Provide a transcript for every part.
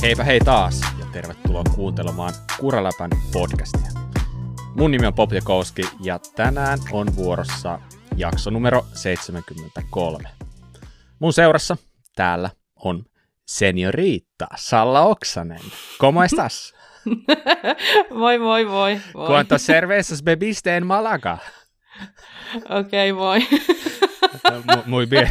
Heipä hei taas ja tervetuloa kuuntelemaan Kuraläpän podcastia. Mun nimi on Bob Jakowski ja tänään on vuorossa jakso numero 73. Mun seurassa täällä on Seniorita Salla Oksanen. ¿Cómo estás? Moi. ¿Cuántas cervezas bebiste en Malaga? Okei, moi. Muy bien.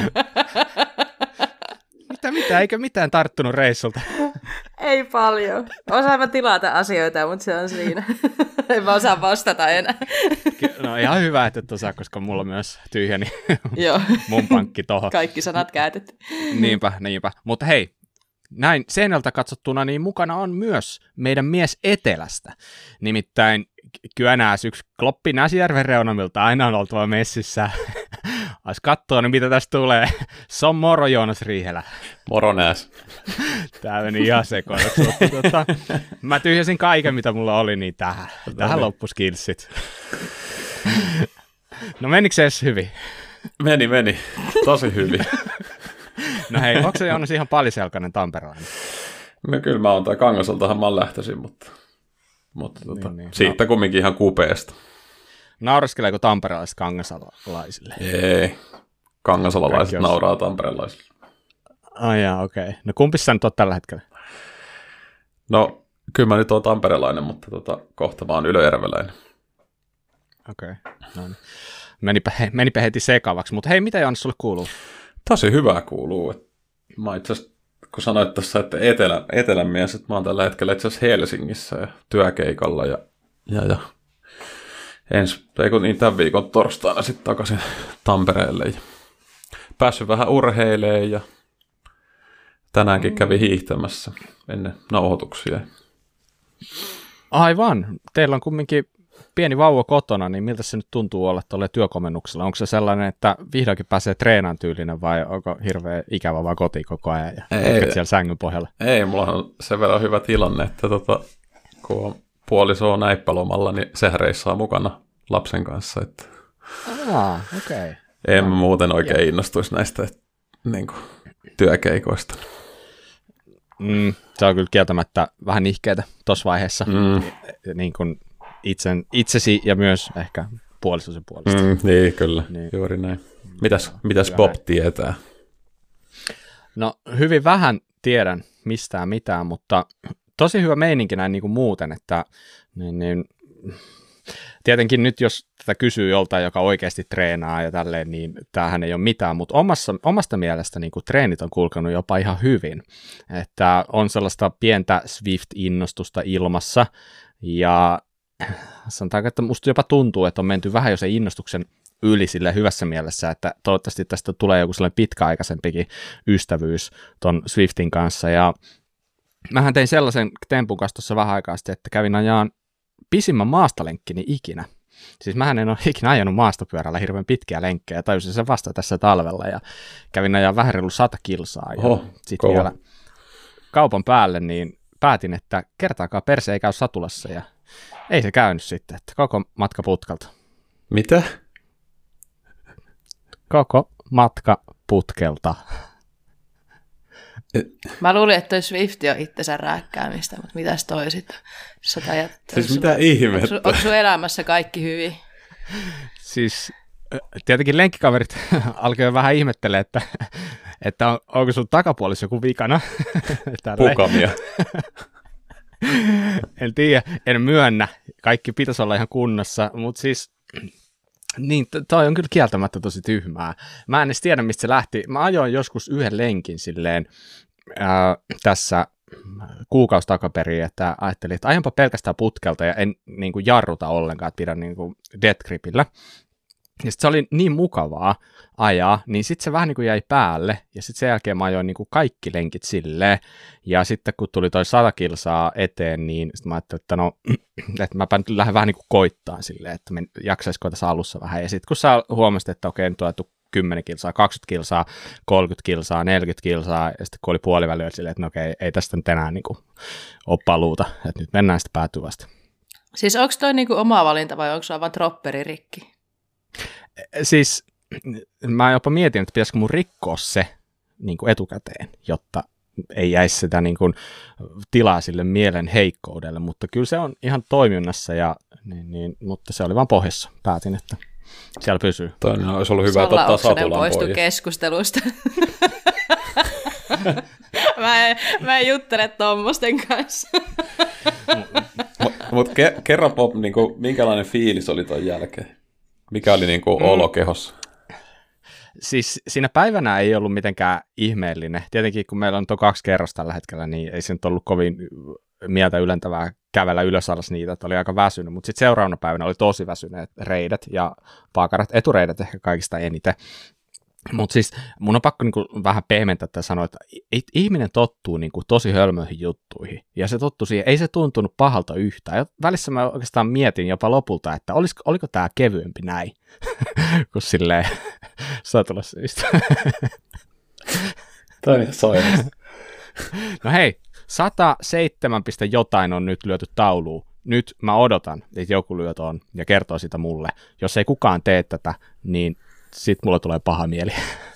Mitä? Eikö mitään tarttunut reissulta? Ei paljon. Osaan mä tilata asioita, mutta se on siinä. En mä osaa vastata enää. No ihan hyvä, että et osaa, koska mulla on myös tyhjäni Joo. mun pankki tohon. Kaikki sanat käytetty. Niinpä. Mutta hei, näin seinältä katsottuna niin mukana on myös meidän mies Etelästä. Nimittäin Kyönääs yksi kloppi Näsijärven reunamilta aina on oltava messissä. Ais kattoo, niin mitä tästä tulee. Se on moro, Joonas Riihelä. Moro Nääs. Tää meni ihan sekoiluksi. Mä tyhjäsin kaiken, mitä mulla oli, niin tähän loppu skillsit. No menikö se edes hyvin? Meni. Tosi hyvin. No hei, onko se Joonas ihan paliselkainen tamperelainen? No kyllä mä oon, tai Kangasaltahan mä lähtöisin, mutta niin. siitä kumminkin ihan kupeesta. Nauraskeleeko tamperelaiset kangasalaisille? Ei, kangasalalaiset nauraa tamperelaisille. Ai jaa, okei. No kumpis sä nyt oot tällä hetkellä? No kyllä mä nyt oon tamperelainen, mutta kohta mä oon ylöjärveläinen. Okei, no niin. Menipä heti sekavaksi, mutta hei, mitä Joonas sulle kuuluu? Tosi hyvää kuuluu. Mä itse asiassa, kun sanoit tuossa, että etelän mies, että mä oon tällä hetkellä itse asiassa Helsingissä ja työkeikalla ja tämän viikon torstaina sitten takaisin Tampereelle ja päässyt vähän urheilemaan ja tänäänkin kävi hiihtämässä ennen nauhoituksia. Aivan. Teillä on kumminkin pieni vauva kotona, niin miltä se nyt tuntuu olla tuolle työkomennuksella? Onko se sellainen, että vihdoinkin pääsee treenaan tyylinen vai onko hirveän ikävä vaan kotiin koko ajan ja hetket siellä sängyn pohjalla? Ei, mulla on sen verran hyvä tilanne, että kun puoliso on näippälomalla, niin sehän reissaa mukana lapsen kanssa. Että okei. En muuten oikein innostuisi näistä niin kuin, työkeikoista. Se on kyllä kieltämättä vähän nihkeetä tuossa vaiheessa, niin kuin itsesi ja myös ehkä puolisosi puolesta. Niin, kyllä, niin. Juuri näin. Mitäs Bob tietää? No, hyvin vähän tiedän mistään mitään, mutta tosi hyvä meininki näin niin kuin muuten, että niin, tietenkin nyt jos tätä kysyy joltain, joka oikeasti treenaa ja tälleen, niin tämähän ei ole mitään, mutta omasta mielestä niin kuin treenit on kulkenut jopa ihan hyvin, että on sellaista pientä Swift-innostusta ilmassa ja sanotaanko, että musta jopa tuntuu, että on menty vähän jo sen innostuksen yli sille hyvässä mielessä, että toivottavasti tästä tulee joku sellainen pitkäaikaisempikin ystävyys ton Swiftin kanssa ja mähän tein sellaisen tempun kanssa tuossa vähän aikaa sitten, että kävin ajaan pisimmän maastolenkkini ikinä. Siis mähän en ole ikinä ajanut maastopyörällä hirveän pitkiä lenkkejä, ja tajusin sen vasta tässä talvella, ja kävin ajaa vähän reilu 100 kilsaa, ja sitten vielä kaupan päälle, niin päätin, että kertaakaan perse ei käy satulassa, ja ei se käynyt sitten, että koko matka putkalta. Mitä? Koko matka putkelta. Mä luulin, että toi Swift on itsensä rääkkäämistä, mutta mitäs toi sitten? Siis mitä ihmettä? Onko sun elämässä kaikki hyvin? Siis tietenkin lenkkikaverit alkoi vähän ihmettelemään, että onko sun takapuolissa joku vikana. Pukamia. En tiedä, en myönnä. Kaikki pitäisi olla ihan kunnossa, mutta siis niin, toi on kyllä kieltämättä tosi tyhmää. Mä en edes tiedä, mistä se lähti. Mä ajoin joskus yhden lenkin silleen tässä kuukausi takaperin, että ajattelin, että ajanpa pelkästään putkelta ja en niin kuin jarruta ollenkaan, että pidän niin kuin death gripillä. Ja sitten se oli niin mukavaa ajaa, niin sitten se vähän niin kuin jäi päälle, ja sitten sen jälkeen mä ajoin niin kuin kaikki lenkit silleen, ja sitten kun tuli toi 100 kilsaa eteen, niin sitten mä ajattelin, että no, että mäpä nyt lähden vähän niin kuin koittaan silleen, että jaksaisiko tässä alussa vähän, ja sitten kun sä huomasit, että okei, nyt on 10 kilsaa, 20 kilsaa, 30 kilsaa, 40 kilsaa, ja sitten kun oli puoliväliä silleen, että no okei, ei tästä nyt enää niin kuin ole paluuta, että nyt mennään sitten päätyvästi. Siis onko toi niin kuin oma valinta vai onko se vaan dropperi rikki? Siis mä jopa mietin, että pitäisikö mun rikkoa se niin kuin etukäteen, jotta ei jäisi sitä niin kuin tilaa sille mielen heikkoudelle, mutta kyllä se on ihan toiminnassa, mutta se oli vaan pohjassa. Päätin, että siellä pysyy. Toinen olisi ollut hyvä ottaa Satulan poistu pois. Keskustelusta. mä en juttele tommosten kanssa. Mutta kerro Bob, niinku, minkälainen fiilis oli ton jälkeen? Mikä oli niinku olo kehossa? Siis siinä päivänä ei ollut mitenkään ihmeellinen. Tietenkin kun meillä on tuo 2 kerrosta tällä hetkellä, niin ei se nyt ollut kovin mieltä ylentävää kävellä ylös alas niitä, että oli aika väsynyt. Mutta sitten seuraavana päivänä oli tosi väsyneet reidet ja paakarat, etureidet ehkä kaikista eniten. Mutta siis mun on pakko niinku vähän pehmentää että sanoa, että ihminen tottuu niinku tosi hölmöihin juttuihin. Ja se tottui siihen, ei se tuntunut pahalta yhtään. Ja välissä mä oikeastaan mietin jopa lopulta, että oliko tämä kevyempi näin, kun silleen Satulla syistä. Toi on sairasta. No hei, 107 jotain on nyt lyöty tauluun. Nyt mä odotan, että joku lyö on ja kertoo sitä mulle. Jos ei kukaan tee tätä, niin sit mulla tulee paha mieli.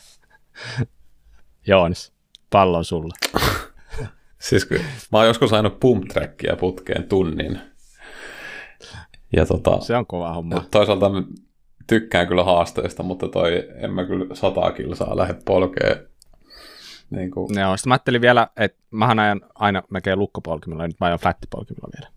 Joonas, pallo on sulla. Siis mä oon joskus saanut pump-trackia putkeen tunnin. Ja se on kova homma. Toisaalta tykkään kyllä haasteista, mutta en mä kyllä 100 kilsaa lähde polkeen. Niin kuin. Joo, sitten mä ajattelin vielä, että mähän ajan aina melkein lukkopolkimilla, ja nyt mä ajan flättipolkimilla vielä.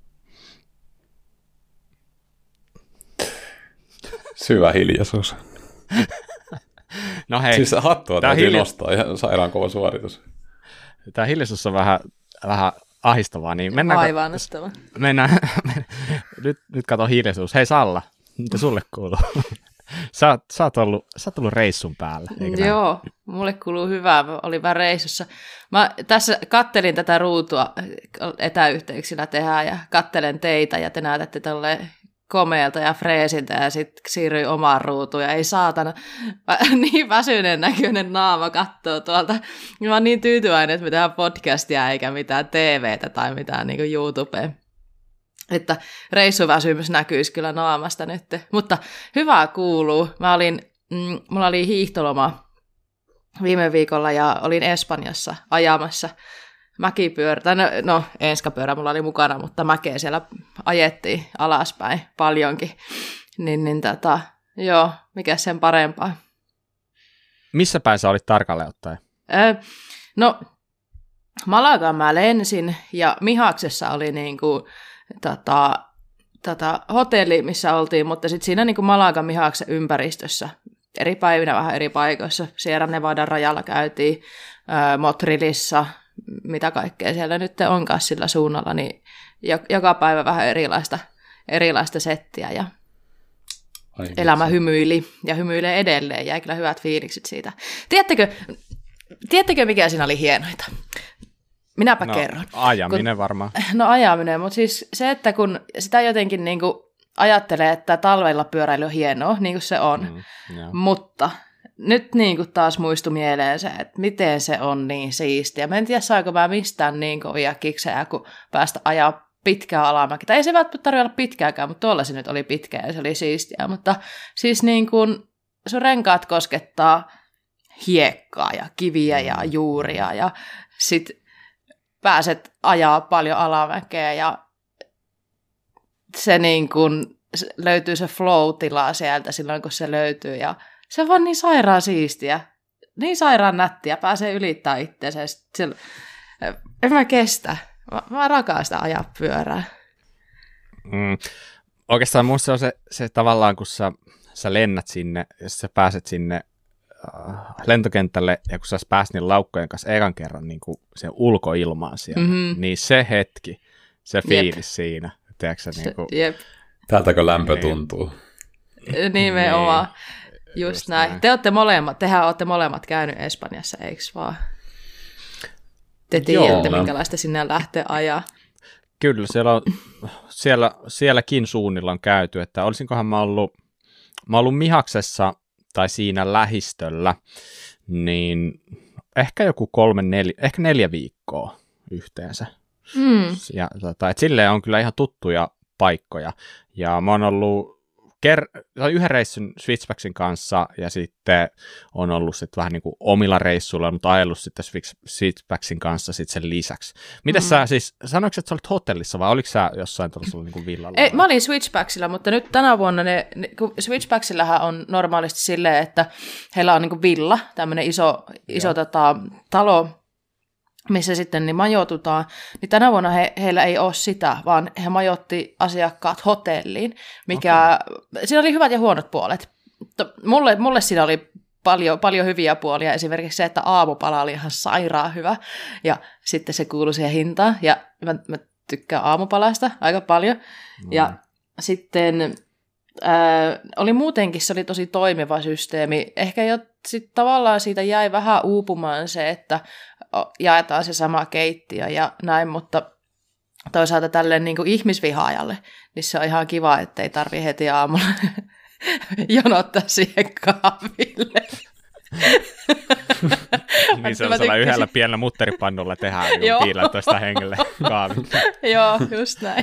Syvä hiljaisuus. No hei. Siis hattua täytyy nostaa, ihan sairaan kova suoritus. Tämä hiljaisuus on vähän ahistavaa, niin mennään. Nyt kato hiljaisuus. Hei Salla, mitä sulle kuuluu? Sä oot ollut reissun päällä, eikö Joo, mulle kuuluu hyvää. Mä olin vähän reissussa. Mä tässä kattelin tätä ruutua etäyhteyksillä tehdään ja kattelen teitä ja te näytätte tolleen komeelta ja freesiltä ja sitten siirryin omaan ruutuun ja ei saatana, niin väsyneen näköinen naama kattoo tuolta. Mä oon niin tyytyväinen, että me tehdään podcastia eikä mitään TVtä tai mitään niin kuin YouTubea. Että reissuväsymys näkyisi kyllä naamasta nyt. Mutta hyvää kuuluu. Mulla oli hiihtoloma viime viikolla ja olin Espanjassa ajamassa mäkipyörä. No enskapyörä mulla oli mukana, mutta mäkeä siellä ajettiin alaspäin paljonkin. Joo, mikä sen parempaa. Missä päin sä olit tarkalleen ottaen? No, Malagaan mä lensin ja Mihaksessa oli niinku hotelli, missä oltiin, mutta sitten siinä niinku Malagan Mihaksen ympäristössä eri päivinä vähän eri paikoissa. Sierra Nevadan rajalla käytiin, Motrilissa, mitä kaikkea siellä nyt onkaan sillä suunnalla, niin joka päivä vähän erilaista settiä ja elämä hymyili ja hymyilee edelleen. Jäi kyllä hyvät fiilikset siitä. Tiedättekö mikä siinä oli hienoita? Minäpä kerron. Ajaminen varmaan. No ajaminen, mutta siis se, että kun sitä jotenkin niin kuin ajattelee, että talvella pyöräily on hienoa, niin kuin se on, mutta nyt niin kuin taas muistui mieleen se, että miten se on niin siistiä. Mä en tiedä, saanko mä mistään niin kovia kiksejä, kun päästä ajaa pitkää alamäkeä. Tai ei se välttämättä tarvitse olla pitkääkään, mutta tuolla se nyt oli pitkää ja se oli siistiä. Mutta siis niin kuin sun renkaat koskettaa hiekkaa ja kiviä ja juuria ja sit pääset ajaa paljon alamäkeä ja se niin kuin löytyy se flow-tila sieltä silloin, kun se löytyy ja se on vaan niin sairaan siistiä, niin sairaan nättiä, pääsee ylittämään itseänsä. En mä kestä. Mä rakastan ajaa pyörää. Oikeastaan musta se on se tavallaan, kun sä lennät sinne, jos sä pääset sinne lentokentälle, ja kun sä pääsit niin laukkojen kanssa ekan kerran niin kuin se ulkoilmaan siellä, niin se hetki, se fiilis siinä, tiedätkö niin kuin. Täältäkö lämpö tuntuu? Nimenomaan, just näin. Tehän olette molemmat käynyt Espanjassa, eikö vaan? Te tiedätte, minkälaista sinne lähtee ajaa. Kyllä, sielläkin suunnilla on käyty, että olisinkohan mä ollut Mihaksessa tai siinä lähistöllä, niin ehkä joku 4 viikkoa yhteensä. Et silleen on kyllä ihan tuttuja paikkoja. Ja mä oon ollut yhden reissun Switchbacksin kanssa ja sitten on ollut sitten vähän niin kuin omilla reissuilla, mutta ajellut sitten Switchbacksin kanssa sitten sen lisäksi. Mites sä siis, sanoitko, että sä olit hotellissa vai oliko sä jossain tällaisella niin kuin villalla? Ei, mä olin Switchbacksilla, mutta nyt tänä vuonna kun Switchbacksillähän on normaalisti silleen, että heillä on niin kuin villa, tämmöinen iso talo, missä sitten niin majoitutaan, niin tänä vuonna heillä ei ole sitä, vaan he majoitti asiakkaat hotelliin, mikä, siinä oli hyvät ja huonot puolet. Mulle siinä oli paljon hyviä puolia, esimerkiksi se, että aamupala oli ihan sairaan hyvä, ja sitten se kuului siihen hintaan, ja mä tykkään aamupalasta aika paljon, ja sitten oli muutenkin, se oli tosi toimiva systeemi, ehkä jo sitten tavallaan siitä jäi vähän uupumaan se, että jaetaan se sama keittiö ja näin, mutta toisaalta tälleen niin kuin ihmisvihaajalle, niin se on ihan kiva, ettei tarvitse heti aamulla jonottaa siihen kahville. Niin se on sellainen yhdellä pienellä mutteripannulla tehdään niin 15 hengelle kahville. Joo, just näin.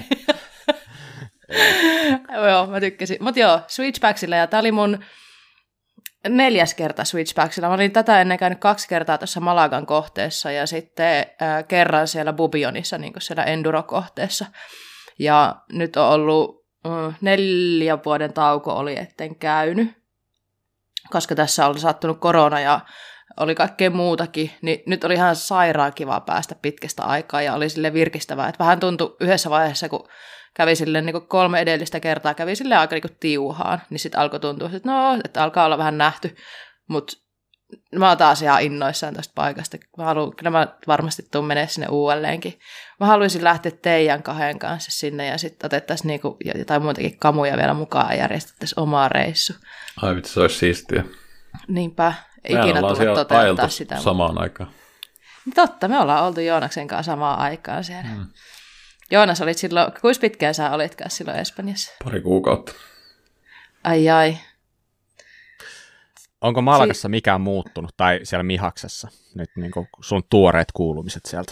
Joo, mä tykkäsin. Mutta joo, Switchbacksilla, ja tää oli mun 4. kerta Switchbacksilla. Mä olin tätä ennen käynyt 2 kertaa tuossa Malagan kohteessa ja sitten kerran siellä Bubionissa, niin kuin siellä Enduro-kohteessa. Ja nyt on ollut 4 vuoden tauko oli, etten käynyt, koska tässä oli sattunut korona ja oli kaikkea muutakin, niin nyt oli ihan sairaan kiva päästä pitkästä aikaa ja oli sille virkistävää. Että vähän tuntui yhdessä vaiheessa, kun kävi silleen niin 3 edellistä kertaa, kävi silleen aika niin tiuhaan, niin sitten alkoi tuntua, että että alkaa olla vähän nähty, mutta mä oon taas ihan innoissaan tästä paikasta. Kyllä mä varmasti tuun menee sinne uudelleenkin. Mä haluaisin lähteä teidän 2 kanssa sinne ja sitten otettaisiin niinku jotain muutakin kamuja vielä mukaan ja järjestettäisiin omaa reissu. Ai vitsi, se olisi siistiä. Niinpä, ikinä tulla toteuttaa sitä. Samaan aikaan. Totta, me ollaan oltu Joonaksen kanssa samaan aikaan siellä. Joonas, olit silloin, kuinka pitkään sä olitkaan silloin Espanjassa? 2 kuukautta. Ai. Onko Malagassa mikään muuttunut, tai siellä Mihaksessa, nyt niin kuin sun tuoreet kuulumiset sieltä?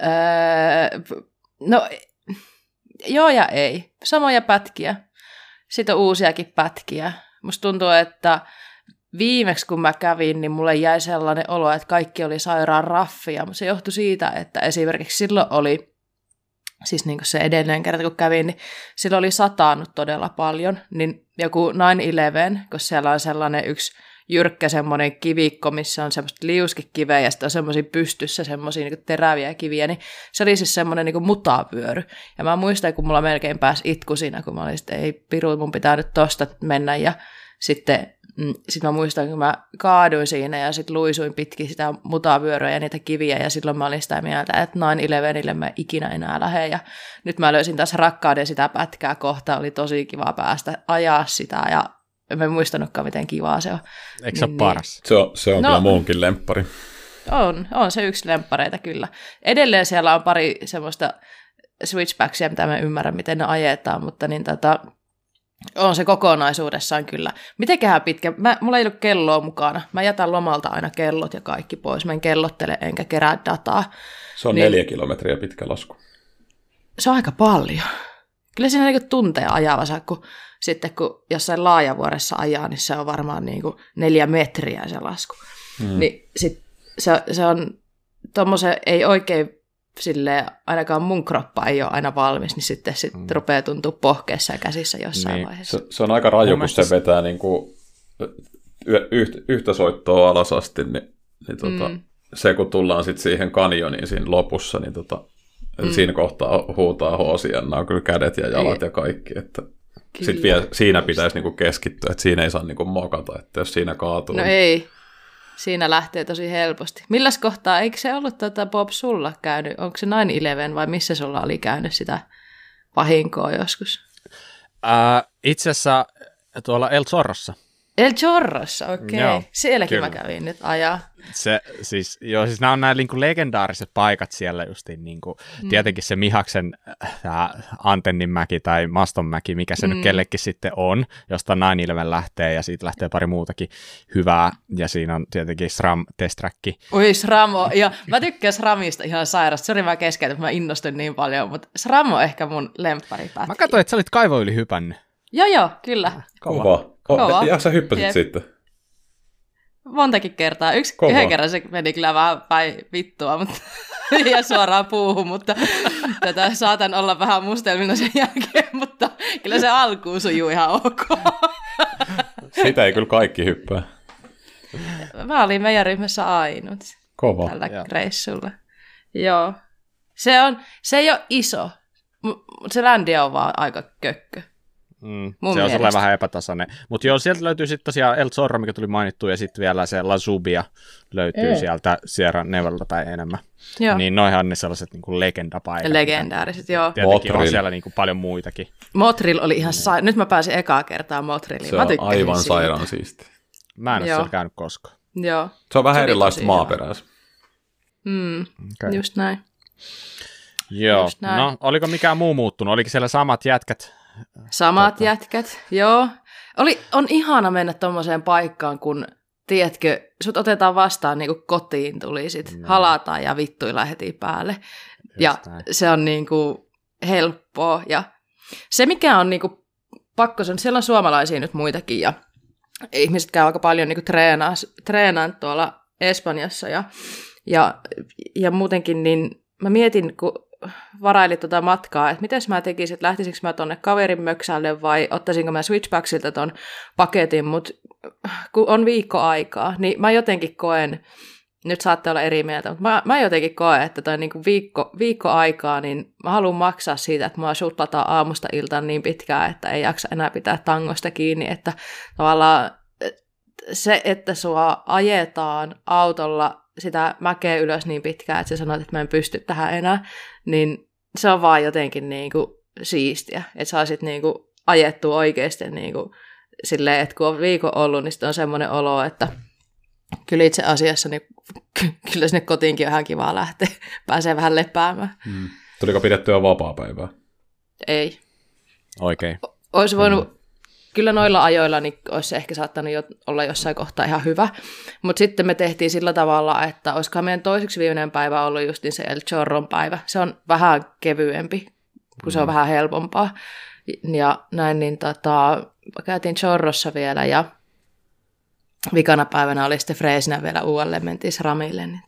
No, joo ja ei. Samoja pätkiä. Sitten on uusiakin pätkiä. Musta tuntuu, että viimeksi kun mä kävin, niin mulle jäi sellainen olo, että kaikki oli sairaan raffia. Se johtui siitä, että esimerkiksi silloin oli, siis niin kuin se edellinen kerta kun kävin, niin silloin oli sataannut todella paljon. Niin joku 9/11, kun siellä on sellainen yksi jyrkkä semmoinen kivikko, missä on semmoista liuskekiveä ja sitten on semmoisia pystyssä semmoisia niin teräviä kiviä, niin se oli siis semmoinen niin mutavyöry. Ja mä muistan, kun mulla melkein pääsi itku siinä, kun mä olin sitten, ei piru, mun pitää nyt tosta mennä. Ja sitten mä muistan, kun mä kaaduin siinä ja sitten luisuin pitkin sitä mutavyöryä ja niitä kiviä ja silloin mä olin sitä mieltä, että 9/11 mä ikinä enää lähde. Ja nyt mä löysin taas rakkauden sitä pätkää kohta, oli tosi kiva päästä ajaa sitä ja en muistanutkaan, miten kivaa se on. Eikö se ole paras? Se on kyllä muunkin lemppari. On se yksi lemppareita kyllä. Edelleen siellä on pari semmoista switchbacksia, mitä mä ymmärrän, miten ne ajetaan, mutta niin on se kokonaisuudessaan kyllä. Mitenköhän pitkä? Mulla ei ollut kelloa mukana. Mä jätän lomalta aina kellot ja kaikki pois. Mä en kellottele enkä kerää dataa. Se on 4 kilometriä pitkä lasku. Se on aika paljon. Kyllä siinä niin tunteja ajavassa, kun sitten kun jossain Laajavuoressa ajaa, niin se on varmaan niin kuin 4 metriä se lasku. Niin sit se on tommosen, ei oikein silleen, ainakaan mun kroppa ei ole aina valmis, niin sitten rupeaa tuntua pohkeessa ja käsissä jossain vaiheessa. Se on aika raju, kun se vetää niin kuin yhtä soittoa alas asti, niin se kun tullaan sitten siihen kanjoniin siinä lopussa, niin siinä kohtaa huutaa hoosia, nämä on kyllä kädet ja jalat ja kaikki, että sitten vielä siinä pitäisi niinku keskittyä, että siinä ei saa niinku mokata, että jos siinä kaatuu. No ei, siinä lähtee tosi helposti. Milläs kohtaa, eikö se ollut Bob sulla käynyt, onko se 9/11 vai missä sulla oli käynyt sitä vahinkoa joskus? Itse asiassa tuolla El Zorrossa. El Chorrossa, okei. Joo, sielläkin kyllä. mä kävin nyt ajaa. Siis nämä on nämä niin kuin legendaariset paikat siellä justiin, niin kuin, tietenkin se Mihaksen Antenninmäki tai Mastonmäki, mikä se nyt kellekin sitten on, josta 9/11 lähtee ja siitä lähtee pari muutakin hyvää ja siinä on tietenkin SRAM Test Track. Oi SRAM, ja mä tykkään SRAMista ihan sairasta, sori mä keskeytän, että mä innostuin niin paljon, mutta SRAM on ehkä mun lempparipätki. Mä katsoin, että sä olit kaivo yli hypännyt. Joo, kyllä. Kova. Ja sä hyppäsit sitten. Montakin kertaa. Yhden kerran se meni kyllä vähän päin vittua, mutta ja suoraan puuhun, mutta tätä saatan olla vähän mustelmina sen jälkeen, mutta kyllä se alkuun sujuu ihan ok. Sitä ei kyllä kaikki hyppää. Mä olin meidän ryhmässä ainut. Kova. Tällä reissulla. Joo. Se ei ole iso, mutta se ländi on vaan aika kökkö. Se on sellainen vähän epätasainen. Mutta joo, sieltä löytyy sitten tosiaan El Zorro, mikä tuli mainittua, ja sitten vielä se La Zubia löytyy sieltä Sierra Nevadelta päin enemmän. Joo. Niin noihan ne sellaiset niinku legendapaikat. Legendaariset, joo. Tietenkin on siellä niinku paljon muitakin. Motril oli ihan Nyt mä pääsin ekaa kertaa Motriliin. Se on aivan sairaan siisti. Mä en ole siellä käynyt koskaan. Joo. Se on vähän erilaista maaperässä. Okay. Just näin. Joo. No, oliko mikään muu muuttunut? Oliko siellä samat jätkät? Samat jätkät, joo. On ihana mennä tommoseen paikkaan, kun, tiedätkö, sut otetaan vastaan niin kuin kotiin tuli sit, halataan ja vittuillaan heti päälle. Ja se on niin kuin helppoa. Ja se, mikä on niin kuin pakko, siellä on suomalaisia nyt muitakin, ja ihmiset käy aika paljon niin kuin treenaan tuolla Espanjassa, ja muutenkin, niin mä mietin, kun varaili tuota matkaa, että miten mä tekisin, että lähtisikö mä tonne kaverin möksälle vai ottaisinko mä Switchbacksilta ton paketin, mutta kun on viikko aikaa, niin mä jotenkin koen, nyt saatte olla eri mieltä, mutta mä jotenkin koen, että toi niinku viikko aikaa, niin mä haluan maksaa siitä, että mua sutlataan aamusta iltaan niin pitkään, että ei jaksa enää pitää tangosta kiinni, että tavallaan se, että sua ajetaan autolla sitä mäkeä ylös niin pitkään, että sä sanot, että mä en pysty tähän enää, niin se on vaan jotenkin niinku siistiä, että saisit niinku ajettua oikeasti niinku silleen, että kun on viikon ollut, niin sitten on semmoinen olo, että kyllä itse asiassa niin kyllä sinne kotiinkin on ihan kivaa lähteä, pääsee vähän lepäämään. Tuliko pidettyä vapaapäivää? Ei. Oikein. Olisi voinut, kyllä noilla ajoilla niin olisi ehkä saattanut olla jossain kohtaa ihan hyvä, mutta sitten me tehtiin sillä tavalla, että olisikohan meidän toiseksi viimeinen päivä ollut justin se El Chorron päivä. Se on vähän kevyempi, kun se on vähän helpompaa. Ja näin, niin käytiin Chorrossa vielä, ja vikana päivänä oli sitten freesinä vielä uudelleen, mentiin Sramille. Niin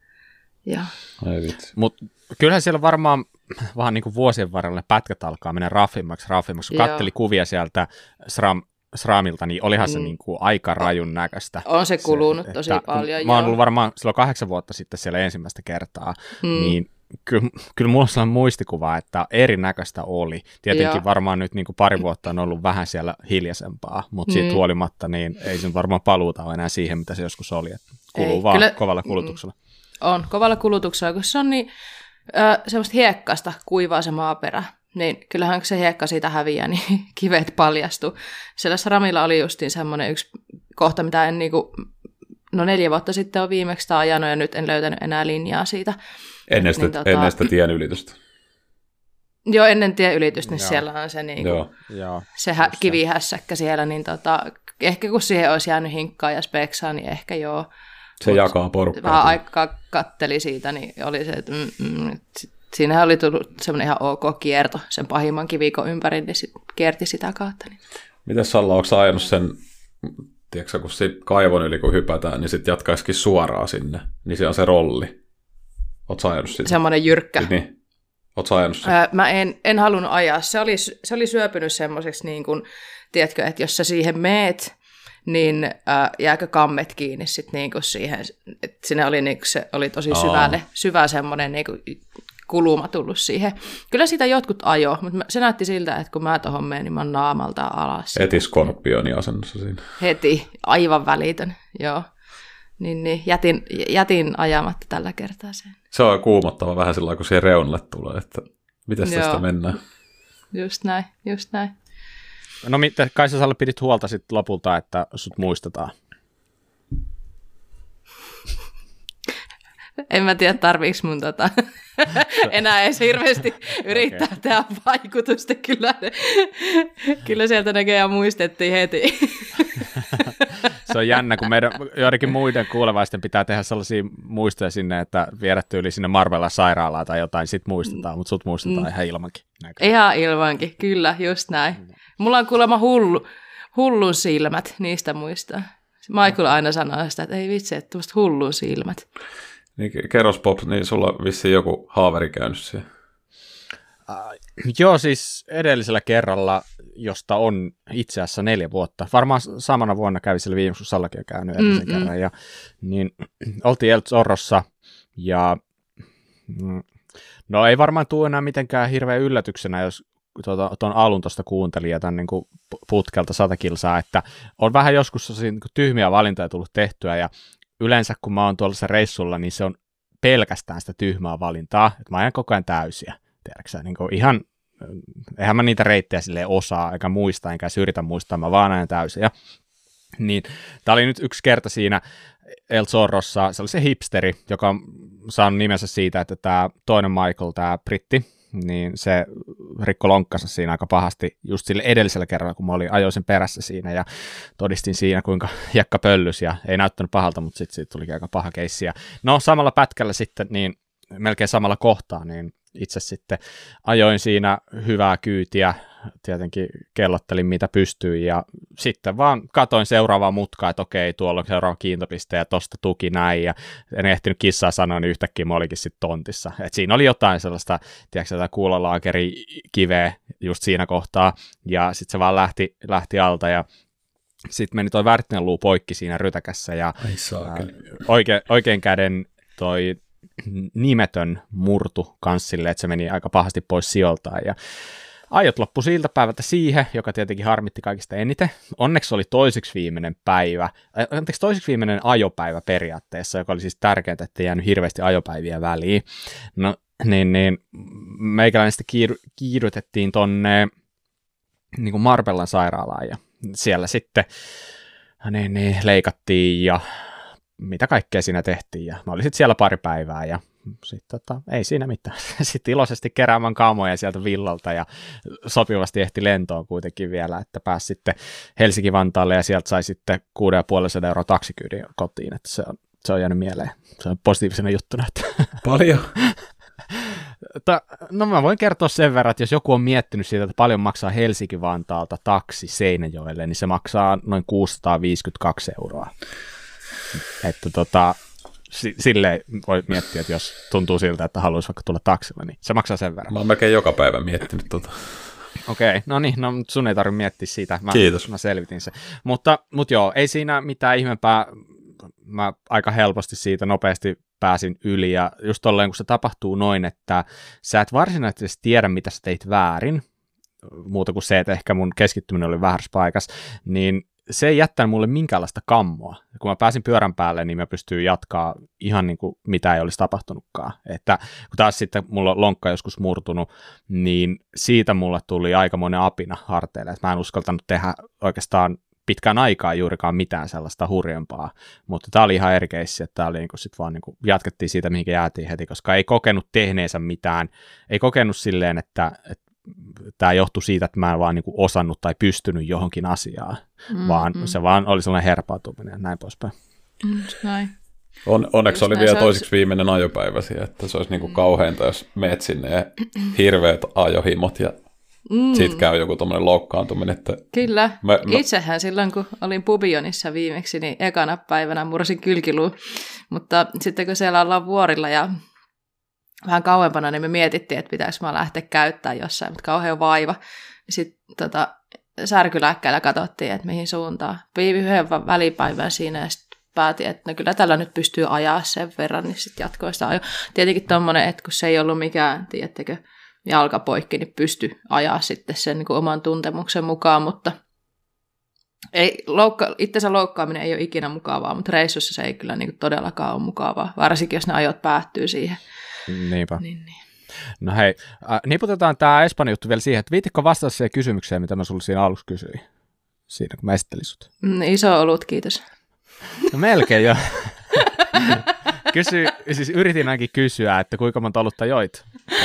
Mutta kyllähän siellä varmaan vähän niin kuin vuosien varrella pätkät alkaa mennä raffimmaksi. Kun katteli kuvia sieltä Sramilta, niin olihan se niin kuin aika rajun näköistä. On se kulunut tosi paljon. Mä oon ollut varmaan silloin 8 vuotta sitten siellä ensimmäistä kertaa, niin kyllä mulla on sellainen muistikuva, että erinäköistä oli. Tietenkin varmaan nyt niin kuin pari vuotta on ollut vähän siellä hiljaisempaa, mutta siitä huolimatta niin ei se varmaan paluuta ole enää siihen, mitä se joskus oli. Että kuluu vaan kyllä, kovalla kulutuksella. On, kovalla kulutuksella, kun se on niin semmoista hiekkasta, kuivaa se maaperä. Niin kyllähän se hiekka siitä häviää, niin kivet paljastuu. Siellä Sramilla oli justiin semmoinen yksi kohta, mitä en 4 vuotta sitten on viimeksi ajanut, ja nyt en löytänyt enää linjaa siitä. Ennen sitä tien ylitystä. Joo, ennen tien ylitystä, niin siellä on se, se kivihässäkkä siellä, niin ehkä kun siihen olisi jäänyt hinkkaa ja speksaa, niin ehkä joo. Se jakaa porukkaa. Vähän aikaa katteli siitä, niin oli se, että siinähän oli tullut semmoinen ihan ok kierto sen pahimman kivikon ympäri, niin kierti sitä kautta. Niin. Mites Salla, onko sä ajanut sen, tiedätkö, kun siitä kaivon yli kun hypätään, niin sitten jatkaisikin suoraan sinne, niin se on se rolli. Oot sä ajanut sitä? Semmoinen jyrkkä. Niin. Oot sä ajanut sitä? Mä en halunnut ajaa. Se oli syöpynyt semmoiseksi, niin kuin, tiedätkö, että jos sä siihen meet, niin jääkö kammet kiinni sitten niin kuin siihen, että siinä oli, niin kuin, se oli tosi syvä semmoinen niin kuin kuluma tullut siihen. Kyllä sitä jotkut ajoi, mutta se näytti siltä, että kun mä tohon menen, niin mä oon naamalta alas. Heti skorpioni asennossa siinä. Heti, aivan välitön, joo. Niin jätin ajamatta tällä kertaa sen. Se on kuumottava vähän sillä kun siihen reunalle tulee, että miten tästä mennään. Just näin. No kai sä Salla pidit huolta sitten lopulta, että sut muistetaan. En mä tiedä, tarviiko mun enää edes hirveästi yrittää tehdä vaikutusta. Kyllä sieltä näköjään muistettiin heti. Se on jännä, kun meidän joidenkin muiden kuulevaisten pitää tehdä sellaisia muistoja sinne, että viedä tyyli sinne Marvella-sairaalaan tai jotain, sit muistetaan, mutta sut muistetaan ihan ilmankin. Ihan ilmankin, kyllä, just näin. Mulla on kuulemma hullun silmät, niistä muistaa. Michael aina sanoo sitä, että ei vitsi, että tuosta hullun silmät. Niin, kerros Pop, niin sulla on vissiin joku haaveri käynyt siellä. Joo, siis edellisellä kerralla, josta on itse asiassa 4 vuotta. Varmaan samana vuonna kävi sillä viimeksi, kun Sallakin on käynyt edellisen kerran. Ja, niin oltiin El Zorrossa no ei varmaan tule enää mitenkään hirveän yllätyksenä, jos tuon alun tuosta kuuntelin ja tämän niin kuin putkelta 100 kilsaa, että on vähän joskus niin kuin tyhmiä valintoja tullut tehtyä ja yleensä kun mä oon tuolla reissulla, niin se on pelkästään sitä tyhmää valintaa, että mä ajan koko ajan täysiä. Tiedätkö, niin ihan, eihän mä niitä reittejä silleen osaa, eikä muista, enkä yritä muistaa, mä vaan ajan täysiä. Niin, tää oli nyt yksi kerta siinä El Zorrossa, se oli se hipsteri, joka on saanut nimensä siitä, että tämä toinen Michael, tämä britti, niin se rikko lonkkansa siinä aika pahasti just sille edellisellä kerralla, kun mä ajoin sen perässä siinä ja todistin siinä, kuinka hiekka pöllys ja ei näyttänyt pahalta, mutta sitten siitä tulikin aika paha keissi. No samalla pätkällä sitten, niin melkein samalla kohtaa, niin itse sitten ajoin siinä hyvää kyytiä, tietenkin kellottelin mitä pystyin ja sitten vaan katoin seuraavaa mutkaa, että okei, tuolla on seuraava kiintopiste ja tosta tuki näin ja en ehtinyt kissaa sanoa, niin yhtäkkiä mä olikin sitten tontissa. Et siinä oli jotain sellaista, tiedätkö, tätä kuulalaakerikiveä just siinä kohtaa ja sitten se vaan lähti alta ja sitten meni toi värttinen luu poikki siinä rytäkässä ja oikein käden toi nimetön murtu kanssille, että se meni aika pahasti pois sijoiltaan ja ajot loppu siltä päivältä siihen, joka tietenkin harmitti kaikista eniten. Onneksi oli toiseksi viimeinen ajopäivä periaatteessa, joka oli siis tärkeintä, ettei jäänyt hirveästi ajopäiviä väliin. No niin meikäläinen sitten kiirutettiin tonne niin kuin Marbellan sairaalaan ja siellä sitten niin leikattiin ja mitä kaikkea siinä tehtiin ja mä olin sitten siellä pari päivää ja sitten ei siinä mitään. Sitten iloisesti keräämään kamoja sieltä villalta ja sopivasti ehti lentoon kuitenkin vielä, että pääsi sitten Helsinki-Vantaalle ja sieltä sai sitten 6,5 € taksikyydin kotiin, että se on jäänyt mieleen. Se on positiivisena juttuna. Että paljon? No mä voin kertoa sen verran, että jos joku on miettinyt siitä, että paljon maksaa Helsinki-Vantaalta taksi Seinäjoelle, niin se maksaa noin 652 €. Että silleen voi miettiä, että jos tuntuu siltä, että haluaisi vaikka tulla taksilla, niin se maksaa sen verran. Mä oon melkein joka päivä miettinyt Okei, no niin, sun ei tarvitse miettiä siitä. Kiitos. Mä selvitin se. Mutta joo, ei siinä mitään ihmeempää. Mä aika helposti siitä nopeasti pääsin yli ja just tolleen, kun se tapahtuu noin, että sä et varsinaisesti tiedä, mitä sä teit väärin, muuta kuin se, että ehkä mun keskittyminen oli väärässä paikassa, niin se ei jättänyt mulle minkäänlaista kammoa. Kun mä pääsin pyörän päälle, niin mä pystyin jatkaa ihan niin kuin mitä ei olisi tapahtunutkaan. Että kun taas sitten mulla on lonkka joskus murtunut, niin siitä mulle tuli aikamoinen apina harteille. Että mä en uskaltanut tehdä oikeastaan pitkään aikaa juurikaan mitään sellaista hurjempaa. Mutta tää oli ihan eri keissi, että tää oli niin sit vaan niin jatkettiin siitä, mihin jäätiin heti, koska ei kokenut tehneensä mitään. Ei kokenut silleen, että tämä johtui siitä, että mä en vaan niinku osannut tai pystynyt johonkin asiaan, vaan se vaan oli sellainen herpautuminen ja näin poispäin. Näin. Onneksi oli vielä toiseksi viimeinen ajopäivä siihen, että se olisi niinku kauheinta, jos meet sinne ja hirveät ajohimot ja siitä käy joku tommoinen loukkaantuminen. Että kyllä. Itsehän silloin, kun olin Pubionissa viimeksi, niin ekana päivänä mursin kylkiluun, mutta sitten kun siellä ollaan vuorilla ja vähän kauempana, niin me mietittiin, että pitäisikö mä lähteä käyttämään jossain, mutta kauhean vaiva. Sitten särkylääkkeellä katsottiin, että mihin suuntaan. Piivi yhden välipäivän siinä ja sitten päätin, että no kyllä tällä nyt pystyy ajaa sen verran, niin sitten jatkoin sitä ajoa. Tietenkin tommoinen, että kun se ei ollut mikään, tiedättekö, jalkapoikki, niin pystyi ajaa sitten sen niin kuin oman tuntemuksen mukaan, mutta itsensä loukkaaminen ei ole ikinä mukavaa, mutta reissussa se ei kyllä niin kuin todellakaan ole mukavaa, varsinkin jos ne ajot päättyy siihen. Niinpä. Niin. No hei, niputetaan tämä Espanja juttu vielä siihen, että viitikko vastata siihen kysymykseen, mitä mä sulle siinä aluksi kysyin, siinä kun mä esittelin sut. Iso olut, kiitos. No melkein jo. Siis yritin ainakin kysyä, että kuinka monta olutta joit.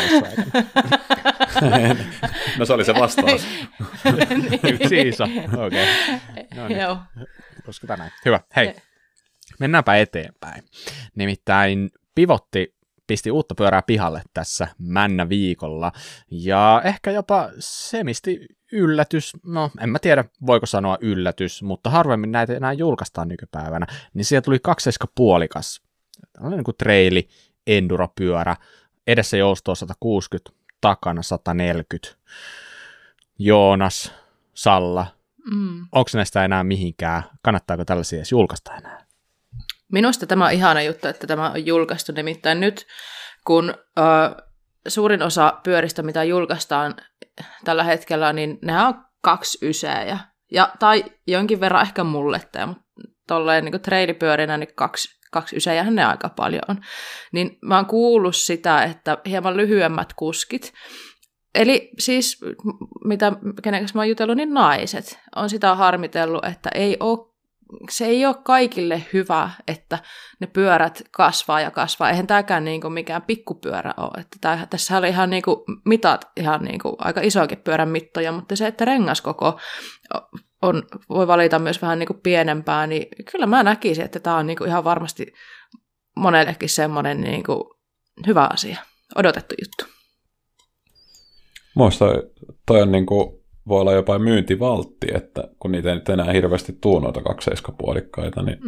No se oli se vastaus. Yksi iso, okei. No niin. Joo. Uskotaan näin. Hyvä, hei. Mennäänpä eteenpäin. Nimittäin Pivotti pisti uutta pyörää pihalle tässä männä viikolla, ja ehkä jopa semisti yllätys, no en mä tiedä voiko sanoa yllätys, mutta harvemmin näitä enää julkaistaan nykypäivänä, niin siellä tuli 2.5, tällainen niin kuin traili, enduropyörä, edessä joustoa 160, takana 140. Joonas, Salla, onko näistä enää mihinkään? Kannattaako tällaisia edes julkaista enää? Minusta tämä on ihana juttu, että tämä on julkaistu, nimittäin nyt, kun suurin osa pyöristä, mitä julkaistaan tällä hetkellä, niin nehän on 2 ysejä, tai jonkin verran ehkä mulletteja, mutta tolleen niin trailipyörinä niin 2 ysejähän ne aika paljon on. Niin mä oon kuullut sitä, että hieman lyhyemmät kuskit, eli siis, kenen kanssa mä oon jutellut, niin naiset on sitä harmitellut, että se ei ole kaikille hyvä, että ne pyörät kasvaa ja kasvaa. Eihän tämäkään niinku mikään pikkupyörä ole. Että tässä oli ihan niinku mitat, ihan niinku aika isoakin pyörän mittoja, mutta se, että rengaskoko voi valita myös vähän niinku pienempää, niin kyllä mä näkisin, että tämä on niinku ihan varmasti monellekin semmoinen niinku hyvä asia, odotettu juttu. Muista toi on niinku, voi olla jopa myyntivaltti, että kun niitä ei nyt enää hirveästi tuu noita 2.5, niin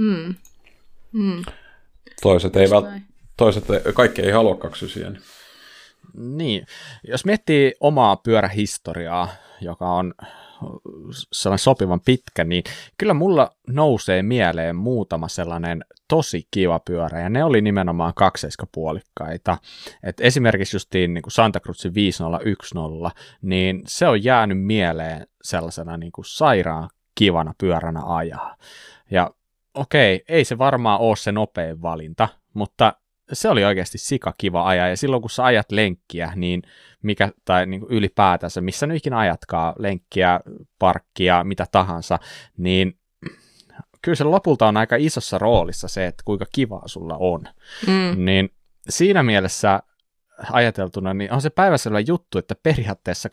kaikki ei halua 2.9. Niin, jos miettii omaa pyörähistoriaa, joka on sellainen sopivan pitkä, niin kyllä mulla nousee mieleen muutama sellainen tosi kiva pyörä, ja ne oli nimenomaan 2.5. Et esimerkiksi justiin niin kuin Santa Cruzin 5010, niin se on jäänyt mieleen sellaisena niin kuin sairaan kivana pyöränä ajaa. Ja okei, ei se varmaan ole se nopein valinta, mutta se oli oikeasti sika kiva ajaa, ja silloin kun sä ajat lenkkiä, niin tai niin kuin ylipäätänsä, missä nyt ikinä ajatkaa, lenkkiä, parkkia, mitä tahansa, niin kyllä se lopulta on aika isossa roolissa se, että kuinka kivaa sulla on. Niin siinä mielessä ajateltuna, niin on se päiväselvä juttu, että periaatteessa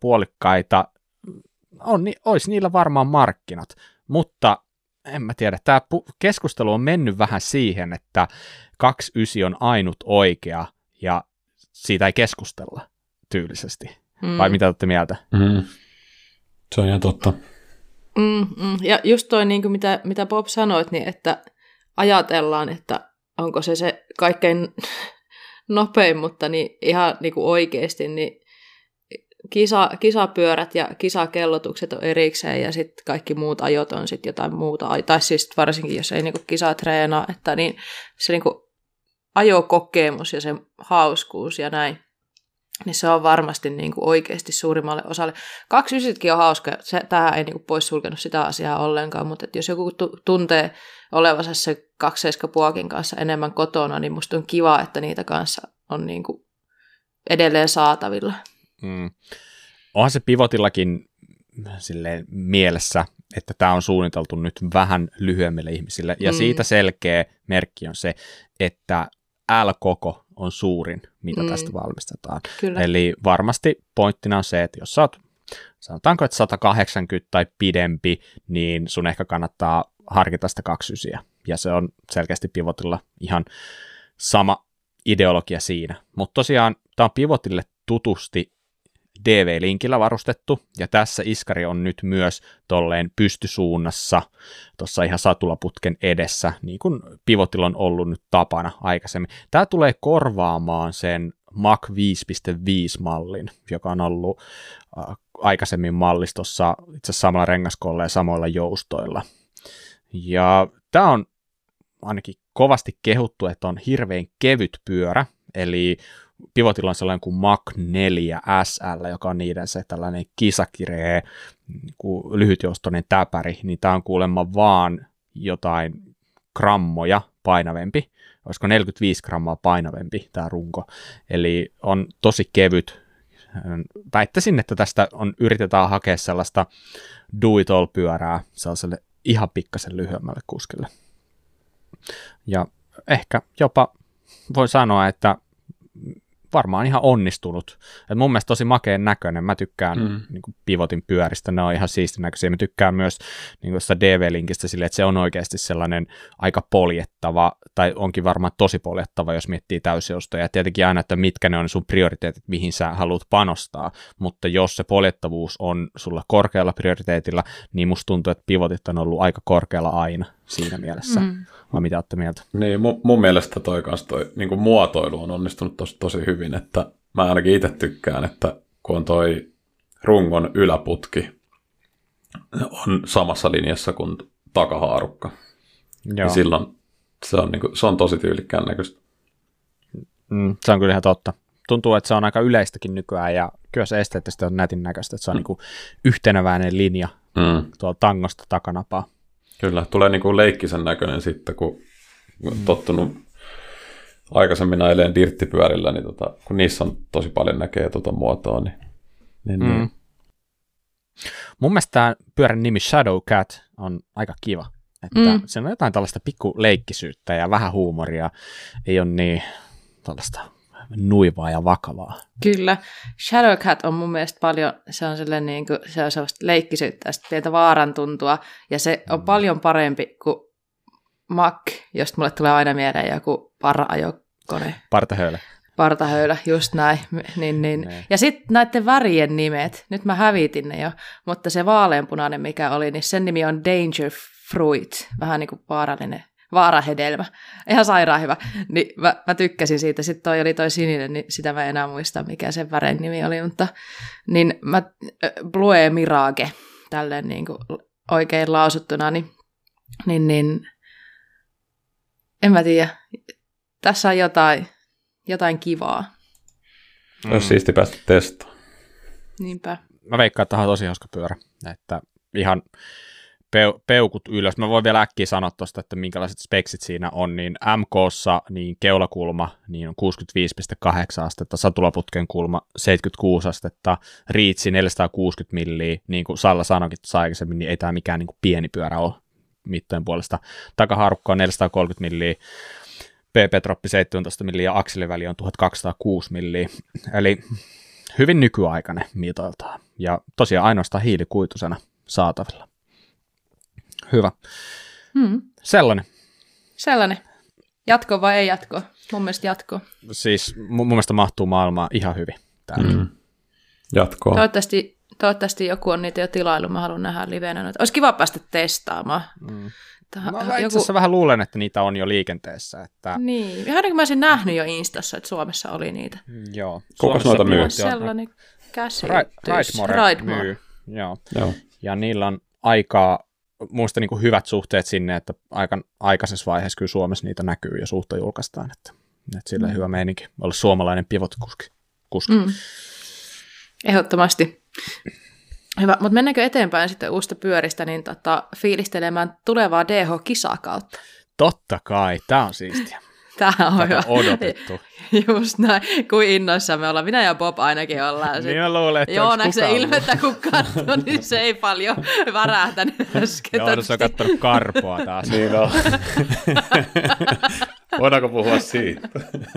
2.5 olisi niillä varmaan markkinat, mutta en mä tiedä, tämä keskustelu on mennyt vähän siihen, että 2.9 on ainut oikea ja siitä ei keskustella tyylisesti. Vai mitä olette mieltä? Se on ihan totta. Ja just toi, niin kuin mitä Bob sanoit, niin että ajatellaan, että onko se kaikkein nopein, mutta niin ihan niin kuin oikeasti, niin kisapyörät ja kisakellotukset on erikseen ja sitten kaikki muut ajot on sitten jotain muuta. Tai siis varsinkin, jos ei niinku kisatreenaa, että niin se niinku ajokokemus ja se hauskuus ja näin, niin se on varmasti niinku oikeasti suurimmalle osalle. 2.9 on hauska, tämähän ei niinku poissulkenut sitä asiaa ollenkaan, mutta jos joku tuntee olevansa se 2.7 kanssa enemmän kotona, niin musta on kiva, että niitä kanssa on niinku edelleen saatavilla. Onhan se Pivotillakin silleen mielessä, että tämä on suunniteltu nyt vähän lyhyemmille ihmisille, ja siitä selkeä merkki on se, että L-koko on suurin, mitä tästä valmistetaan. Kyllä. Eli varmasti pointtina on se, että jos sä oot, sanotaanko, että 180 tai pidempi, niin sun ehkä kannattaa harkita sitä 2.9, ja se on selkeästi Pivotilla ihan sama ideologia siinä. Mutta tosiaan tämä on Pivotille tutusti DV-linkillä varustettu, ja tässä iskari on nyt myös tolleen pystysuunnassa, tuossa ihan satulaputken edessä, niin kuin Pivotilla on ollut nyt tapana aikaisemmin. Tämä tulee korvaamaan sen Mach 5.5-mallin, joka on ollut aikaisemmin mallistossa itse asiassa samalla rengaskolla ja samoilla joustoilla. Ja tämä on ainakin kovasti kehuttu, että on hirveän kevyt pyörä, eli Pivotilla on sellainen kuin Mach 4 SL, joka on niiden se tällainen kisakireä, lyhytjoustoinen täpäri, niin tämä on kuulemma vaan jotain grammoja painavempi, olisiko 45 grammaa painavempi tämä runko, eli on tosi kevyt. Väittäisin, että tästä yritetään hakea sellaista do-it-all-pyörää sellaiselle ihan pikkasen lyhyemmälle kuskille. Ja ehkä jopa voi sanoa, että varmaan ihan onnistunut. Et mun mielestä tosi makeen näköinen. Mä tykkään niin kuin pivotin pyöristä, ne on ihan siistin näköisiä. Mä tykkään myös niin kuin sitä DV-linkistä silleen, että se on oikeasti sellainen aika poljettava, tai onkin varmaan tosi poljettava, jos miettii täysjoustoja. Ja tietenkin aina, että mitkä ne on sun prioriteetit, mihin sä haluat panostaa. Mutta jos se poljettavuus on sulla korkealla prioriteetilla, niin musta tuntuu, että pivotit on ollut aika korkealla aina siinä mielessä. Vai mitä olette mieltä? Niin, mun mielestä toi niin kuin muotoilu on onnistunut tosi hyvin, että mä ainakin itse tykkään, että kun on toi rungon yläputki on samassa linjassa kuin takahaarukka, niin silloin se on tosi tyylikkään näköistä. Se on kyllä ihan totta. Tuntuu, että se on aika yleistäkin nykyään, ja kyllä se esteettisesti on nätin näköistä, että se on niin kuin yhteneväinen linja tuolla tangosta takanapaa. Kyllä, tulee niin kuin leikkisen näköinen sitten, kun tottunut aikaisemmin aileen dirttipyörillä, niin kun niissä on tosi paljon näkee muotoa. Niin. Mun mielestä tämä pyörän nimi Shadow Cat on aika kiva. Että se on jotain tällaista pikku leikkisyyttä ja vähän huumoria. Ei ole niin tällaista nuivaa ja vakavaa. Kyllä. Shadow Cat on mun mielestä paljon, se on sellaista leikkisyyttä ja pientä vaaran tuntua, ja se on paljon parempi kuin Mack, josta mulle tulee aina mieleen joku para-ajokone. Partahöylä, just näin. Niin. Ja sitten näiden värien nimet, nyt mä hävitin ne jo, mutta se vaaleanpunainen mikä oli, niin sen nimi on Danger Fruit, vähän niin kuin vaarallinen vaarahedelmä. Ihan sairaan hyvä. Niin mä tykkäsin siitä. Sitten toi sininen, niin sitä mä en enää muista, mikä sen vären nimi oli, mutta niin Blue Mirage, tälleen niin kuin oikein lausuttuna, niin en mä tiedä. Tässä on jotain kivaa. Olisi siisti päästä testaamaan. Niinpä. Mä veikkaan, että tämä on tosi hauska pyörä. Että ihan peukut ylös. Mä voin vielä äkkiä sanoa tuosta, että minkälaiset speksit siinä on, niin MK:ssa niin keulakulma niin on 65,8 astetta, satulaputken kulma 76 astetta, riitsi 460 milliä, niin kuin Salla sanoikin tuossa aikaisemmin, niin ei tämä mikään niin kuin pieni pyörä ole mittojen puolesta. Takahaarukka on 430 milliä, PP-troppi 17 milliä ja akseliväli on 1206 milliä, eli hyvin nykyaikainen mitoiltaan, ja tosiaan ainoastaan hiilikuitusena saatavilla. Hyvä. Sellainen. Jatko vai ei jatko? Mun mielestä jatko. Siis mun mielestä mahtuu maailmaan ihan hyvin. Jatkoa. Toivottavasti joku on niitä jo tilailu. Mä haluan nähdä livenä. Olisi kiva päästä testaamaan. Mä itse asiassa vähän luulen, että niitä on jo liikenteessä. Että... Niin. Ihan niin kuin mä olisin nähnyt jo Instassa, että Suomessa oli niitä. Joo. Kuka noita myy? Sellainen käsitys. Ridemore myy. Joo. Ja niillä on aikaa, muista niin kuin hyvät suhteet sinne, että aikaisessa vaiheessa kyllä Suomessa niitä näkyy ja suhta julkaistaan, että sillä hyvä meininki olla suomalainen pivot-kuski. Ehdottomasti. Hyvä, mutta mennäänkö eteenpäin sitten uusista pyöristä, niin fiilistelemään tulevaa DH-kisaa kautta? Totta kai, tämä on siistiä. Tämä on hyvä. Odotettu. Just näin, kuin innoissaan me ollaan. Minä ja Bob ainakin ollaan. Niin mä luulen, että Joonaksen ilmettä kun katsoo, niin se ei paljon värähtänyt äsken. Joonaksen on kattonut karpoa taas. Niin on. Voidaanko puhua siitä?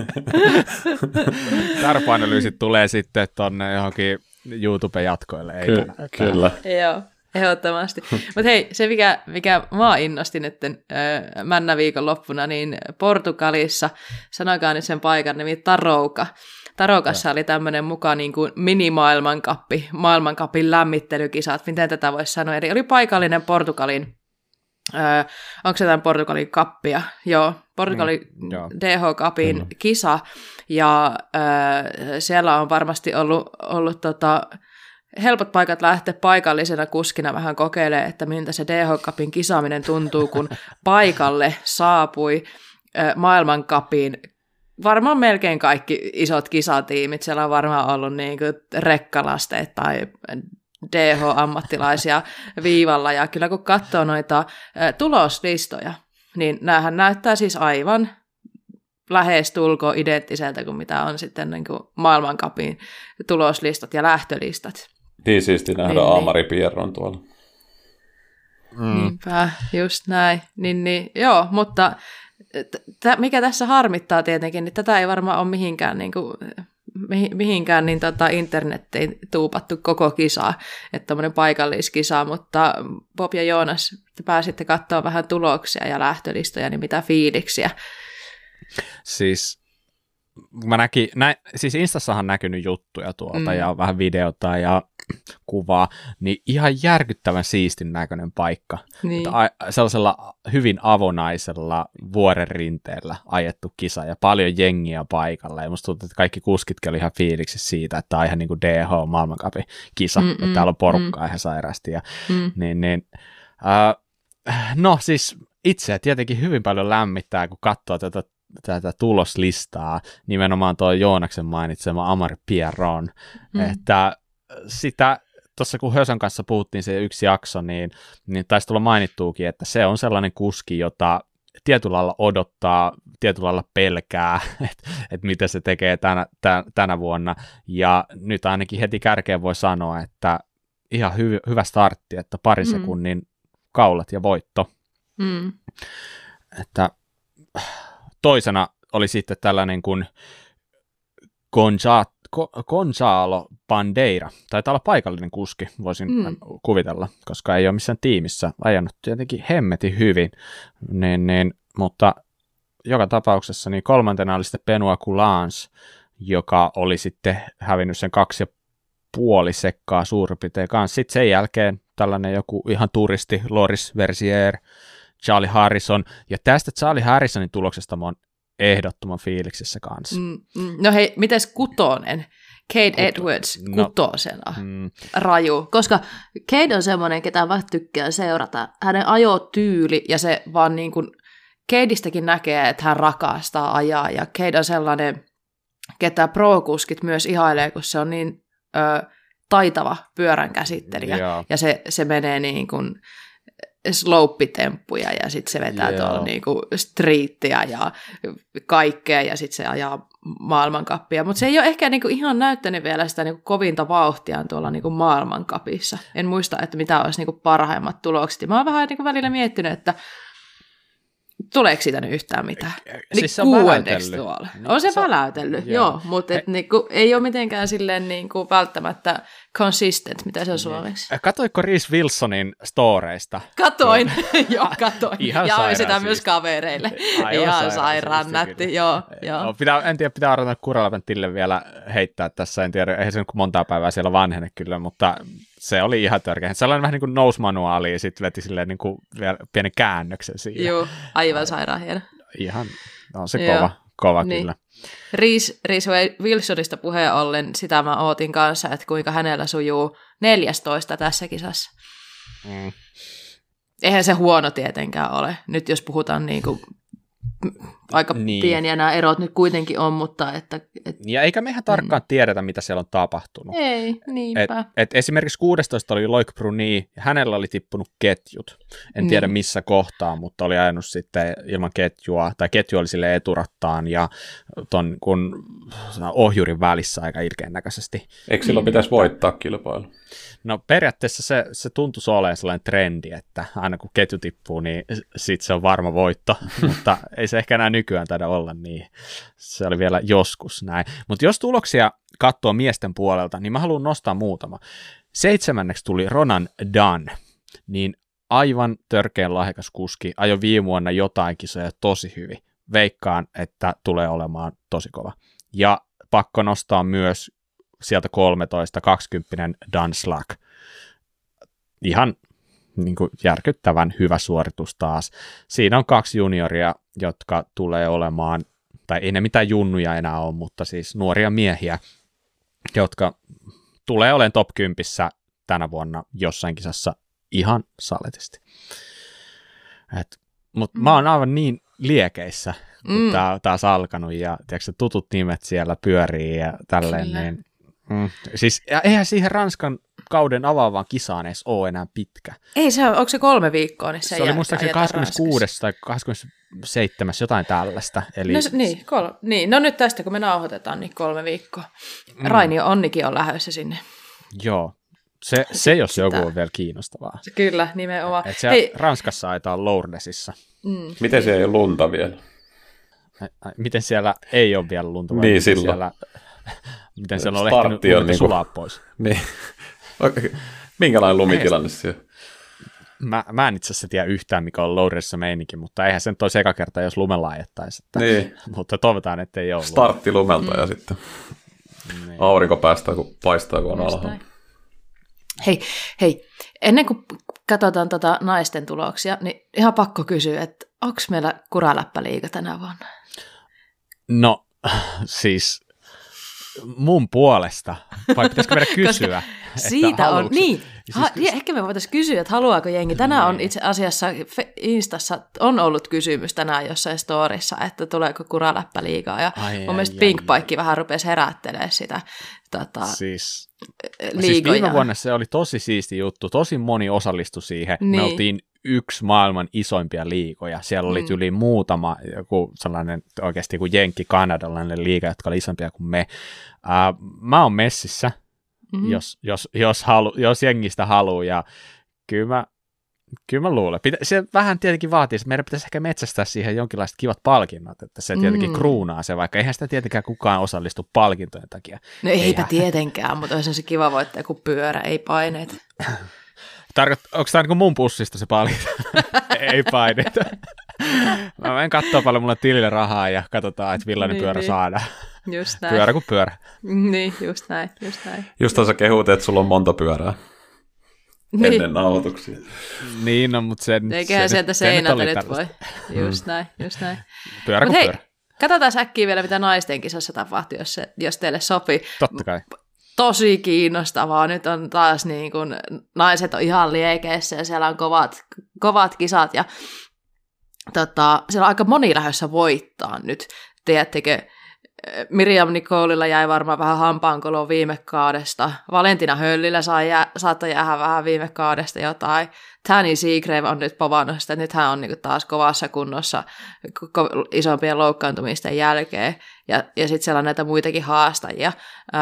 Karpoanalyysit tulee sitten tuonne johonkin YouTube-jatkoille. Kyllä. Joo. Ehdottomasti. Mutta hei, se mikä mä innostin nytten männä viikonloppuna, niin Portugalissa, sanokaa nyt sen paikan nimi Tarouka. Taroukassa oli tämmöinen mukaan niin kuin maailmankapin lämmittelykisat, miten tätä voisi sanoa. Eli oli paikallinen Portugalin, onko se tämän Portugalin kappia? Joo, Portugalin DH-kapin kisa, ja siellä on varmasti ollut helpot paikat lähteä paikallisena kuskina vähän kokeilemaan, että miltä se DH-kapin kisaaminen tuntuu, kun paikalle saapui maailmankapin varmaan melkein kaikki isot kisatiimit. Siellä on varmaan ollut niin kuin rekkalasteet tai DH-ammattilaisia viivalla, ja kyllä kun katsoo noita tuloslistoja, niin näähän näyttää siis aivan lähestulkoon identtiseltä kuin mitä on sitten niin kuin maailmankapin tuloslistat ja lähtölistat. Niin siisti nähdä Aamari Pierron tuolla. Niinpä, just näin. Joo, mutta mikä tässä harmittaa tietenkin, niin tätä ei varmaan ole mihinkään niin kuin mihinkään niin internet ei tuupattu koko kisaa, että tämmöinen paikalliskisa, mutta Bob ja Joonas, te pääsitte katsoa vähän tuloksia ja lähtölistoja, niin mitä fiiliksiä? Siis siis Instassahan on näkynyt juttuja tuolta ja vähän videota ja kuvaa, niin ihan järkyttävän siistin näköinen paikka. Niin. Sellaisella hyvin avonaisella vuoren rinteellä ajettu kisa ja paljon jengiä paikalla. Ja musta tuntuu, että kaikki kuskitkin oli ihan fiiliksi siitä, että tämä on ihan niin kuin DH-maailmancupin kisa, että täällä on porukkaa ihan sairaasti. Ja, no siis itse tietenkin hyvin paljon lämmittää, kun katsoo tätä tuloslistaa, nimenomaan tuo Joonaksen mainitsema Amaury Pierron, että sitä tuossa kun Hösön kanssa puhuttiin se yksi jakso, niin taisi tulla mainittuukin, että se on sellainen kuski, jota tietyllä lailla odottaa, tietyllä lailla pelkää, että mitä se tekee tänä vuonna, ja nyt ainakin heti kärkeen voi sanoa, että ihan hyvä startti, että pari sekunnin kaulat ja voitto. Että toisena oli sitten tällainen kuin Gonzalo Bandeira. Taitaa olla paikallinen kuski, voisin kuvitella, koska ei ole missään tiimissä ajanut tietenkin hemmetin hyvin. Mutta joka tapauksessa niin kolmantena oli sitten Benoit Coulans, joka oli sitten hävinnyt sen 2,5 sekkaa suurin piirtein kanssa. Sitten sen jälkeen tällainen joku ihan turisti, Loris Versier, Charlie Harrison, ja tästä Charlie Harrisonin tuloksesta mä oon ehdottoman fiiliksissä kanssa. No hei, mites kutonen? Kate Edwards kutosena. Raju. Koska Kate on semmoinen, ketä mä tykkään seurata. Hänen ajotyyli ja se vaan niin kuin Kateistäkin näkee, että hän rakastaa ajaa. Ja Kate on sellainen, ketä pro-kuskit myös ihailee, kun se on niin taitava pyörän käsittelijä. Ja se menee niin kuin slope-temppuja ja sitten se vetää tuolla niinku striittiä ja kaikkea ja sitten se ajaa maailmankappia. Mutta se ei ole ehkä niinku ihan näyttänyt vielä sitä niinku kovinta vauhtia tuolla niinku maailmankapissa. En muista, että mitä olisi niinku parhaimmat tulokset. Mä oon vähän niinku välillä miettinyt, että tuleeko siitä nyt yhtään mitään? Siis se on väläytellyt. On se väläytellyt, joo, mutta niinku, ei ole mitenkään silleen niinku välttämättä consistent, mitä se on suomeksi. Katoitko Reese Wilsonin storeista? Katoin, joo, katoin. Ja sitä myös siis. kavereille. Ihan sairaan nätti, joo. En tiedä, pitää arvata Kuralapäntille vielä heittää tässä, en tiedä, eihän se montaa päivää siellä vanhene kyllä, mutta se oli ihan törkeä. Sellainen vähän niin kuin nousmanuaali ja sitten veti silleen niin kuin vielä pienen käännöksen siihen. Joo, aivan sairaan hieno. Ihan, on se kova niin. Kyllä. Reese Wilsonista puheen ollen, sitä mä ootin kanssa, että kuinka hänellä sujuu 14 tässä kisassa. Eihän se huono tietenkään ole. Nyt jos puhutaan niinku aika pieniä nämä erot nyt kuitenkin on, mutta ja eikä me ihan tarkkaan tiedetä, mitä siellä on tapahtunut. Ei, niinpä. Esimerkiksi 16 oli Loic Bruni, ja hänellä oli tippunut ketjut. En tiedä missä kohtaa, mutta oli ajanut sitten ilman ketjua, tai ketju oli sille eturattaan, ja ton kun ohjurin välissä aika ilkeän näköisesti. Eikö silloin pitäisi voittaa kilpailu? No periaatteessa se tuntuisi olemaan sellainen trendi, että aina kun ketju tippuu, niin sitten se on varma voitto, mutta ei se ehkä enää nykyään taida olla niin. Se oli vielä joskus näin. Mutta jos tuloksia katsoo miesten puolelta, niin mä haluan nostaa muutama. 7. tuli Ronan Dunn, niin aivan törkeän lahjakas kuski, ajoi viime vuonna jotain kisoja tosi hyvin. Veikkaan, että tulee olemaan tosi kova. Ja pakko nostaa myös sieltä 13-20 Dan Slack. Ihan niin kuin järkyttävän hyvä suoritus taas. Siinä on 2 junioria, jotka tulee olemaan, tai ei ne mitään junnuja enää ole, mutta siis nuoria miehiä, jotka tulee olemaan top 10 tänä vuonna jossain kisassa ihan saletisti. Mutta mä oon aivan niin liekeissä, kun tää on taas alkanut, ja tiedätkö, tutut nimet siellä pyörii ja tälleen, niin siis eihän siihen Ranskan kauden avaavaan kisaan edes ole enää pitkä. Ei se, onko se 3 viikkoa, niin se oli muistaakseni 26. tai 27. jotain tällaista. Eli no nyt tästä kun me nauhoitetaan, niin 3 viikkoa. Rainio Onnikin on lähdössä sinne. Joo, se jos joku on vielä kiinnostavaa. Kyllä, nimenomaan. Ranskassa ajetaan Lourdesissa. Miten siellä ei ole lunta vielä? Miten siellä ei ole vielä lunta? Niin silloin. miten siellä on ehtinyt niin sulaa pois. Niin. Okay. Minkälainen lumitilanne siellä? Mä en itse asiassa tiedä yhtään, mikä on Louressa meininki, mutta eihän se nyt olisi eka kerta, jos lumella ajettaisiin. Niin. Mutta toivotaan, että ei ole. Startti lumelta ja sitten aurinko päästää, kun paistaa, kun on alhaalla. Hei, ennen kuin katsotaan naisten tuloksia, niin ihan pakko kysyä, että onko meillä kuraläppäliiga tänä vuonna? No, siis mun puolesta, vai pitäisikö meidän kysyä? Siitä on, niin. Ehkä me voitaisiin kysyä, että haluaako jengi. Tänään on itse asiassa Instassa on ollut kysymys tänään jossain storissa, että tuleeko kuraläppäliigaa. Ja mun mielestä Pinkpaikki vähän rupesi herättelemään sitä liigoja. Siis viime vuonna se oli tosi siisti juttu, tosi moni osallistui siihen. Niin. Me oltiin yksi maailman isoimpia liigoja. Siellä oli yli muutama, joku sellainen oikeasti kuin jenkki-kanadalainen liiga, jotka oli isompia kuin me. Mä oon messissä, jos jengistä haluaa, ja kyllä mä luulen. Se vähän tietenkin vaatii, että meidän pitäisi ehkä metsästää siihen jonkinlaiset kivat palkinnot, että se tietenkin kruunaa se, vaikka eihän sitä tietenkään kukaan osallistu palkintojen takia. No eipä tietenkään, mutta olisi se kiva voittaa kuin pyörä, ei paineita. Onko tämä niin mun pussista se palkinto? Ei paineita. Mä menen katsoa paljon mulla tilille rahaa ja katsotaan, että millainen pyörä saadaan. Just näin. Pyörä kuin pyörä. Niin, just näin. Justhan sä kehut, että sulla on monta pyörää. Niin. Ennen nauhoituksia. Niin, no, mutta sen... Eiköhän sieltä seinältä nyt voi. Just näin. Pyörä kuin pyörä. Katsotaan äkkiä vielä, mitä naisten kisassa tapahtui, jos teille sopii. Totta kai. Tosi kiinnostavaa. Nyt on taas niin kuin, naiset on ihan liekeissä ja siellä on kovat kisat ja siellä on aika moni lähdössä voittaa nyt. Tiedättekö, Miriam Nicolella jäi varmaan vähän hampaankoloon viime kaudesta. Valentina Höllillä saattoi jäädä vähän viime kaudesta jotain. Tanny Seagrave on nyt povannut sitä, että nyt hän on niin taas kovassa kunnossa isompien loukkaantumisten jälkeen. Ja sitten siellä on näitä muitakin haastajia.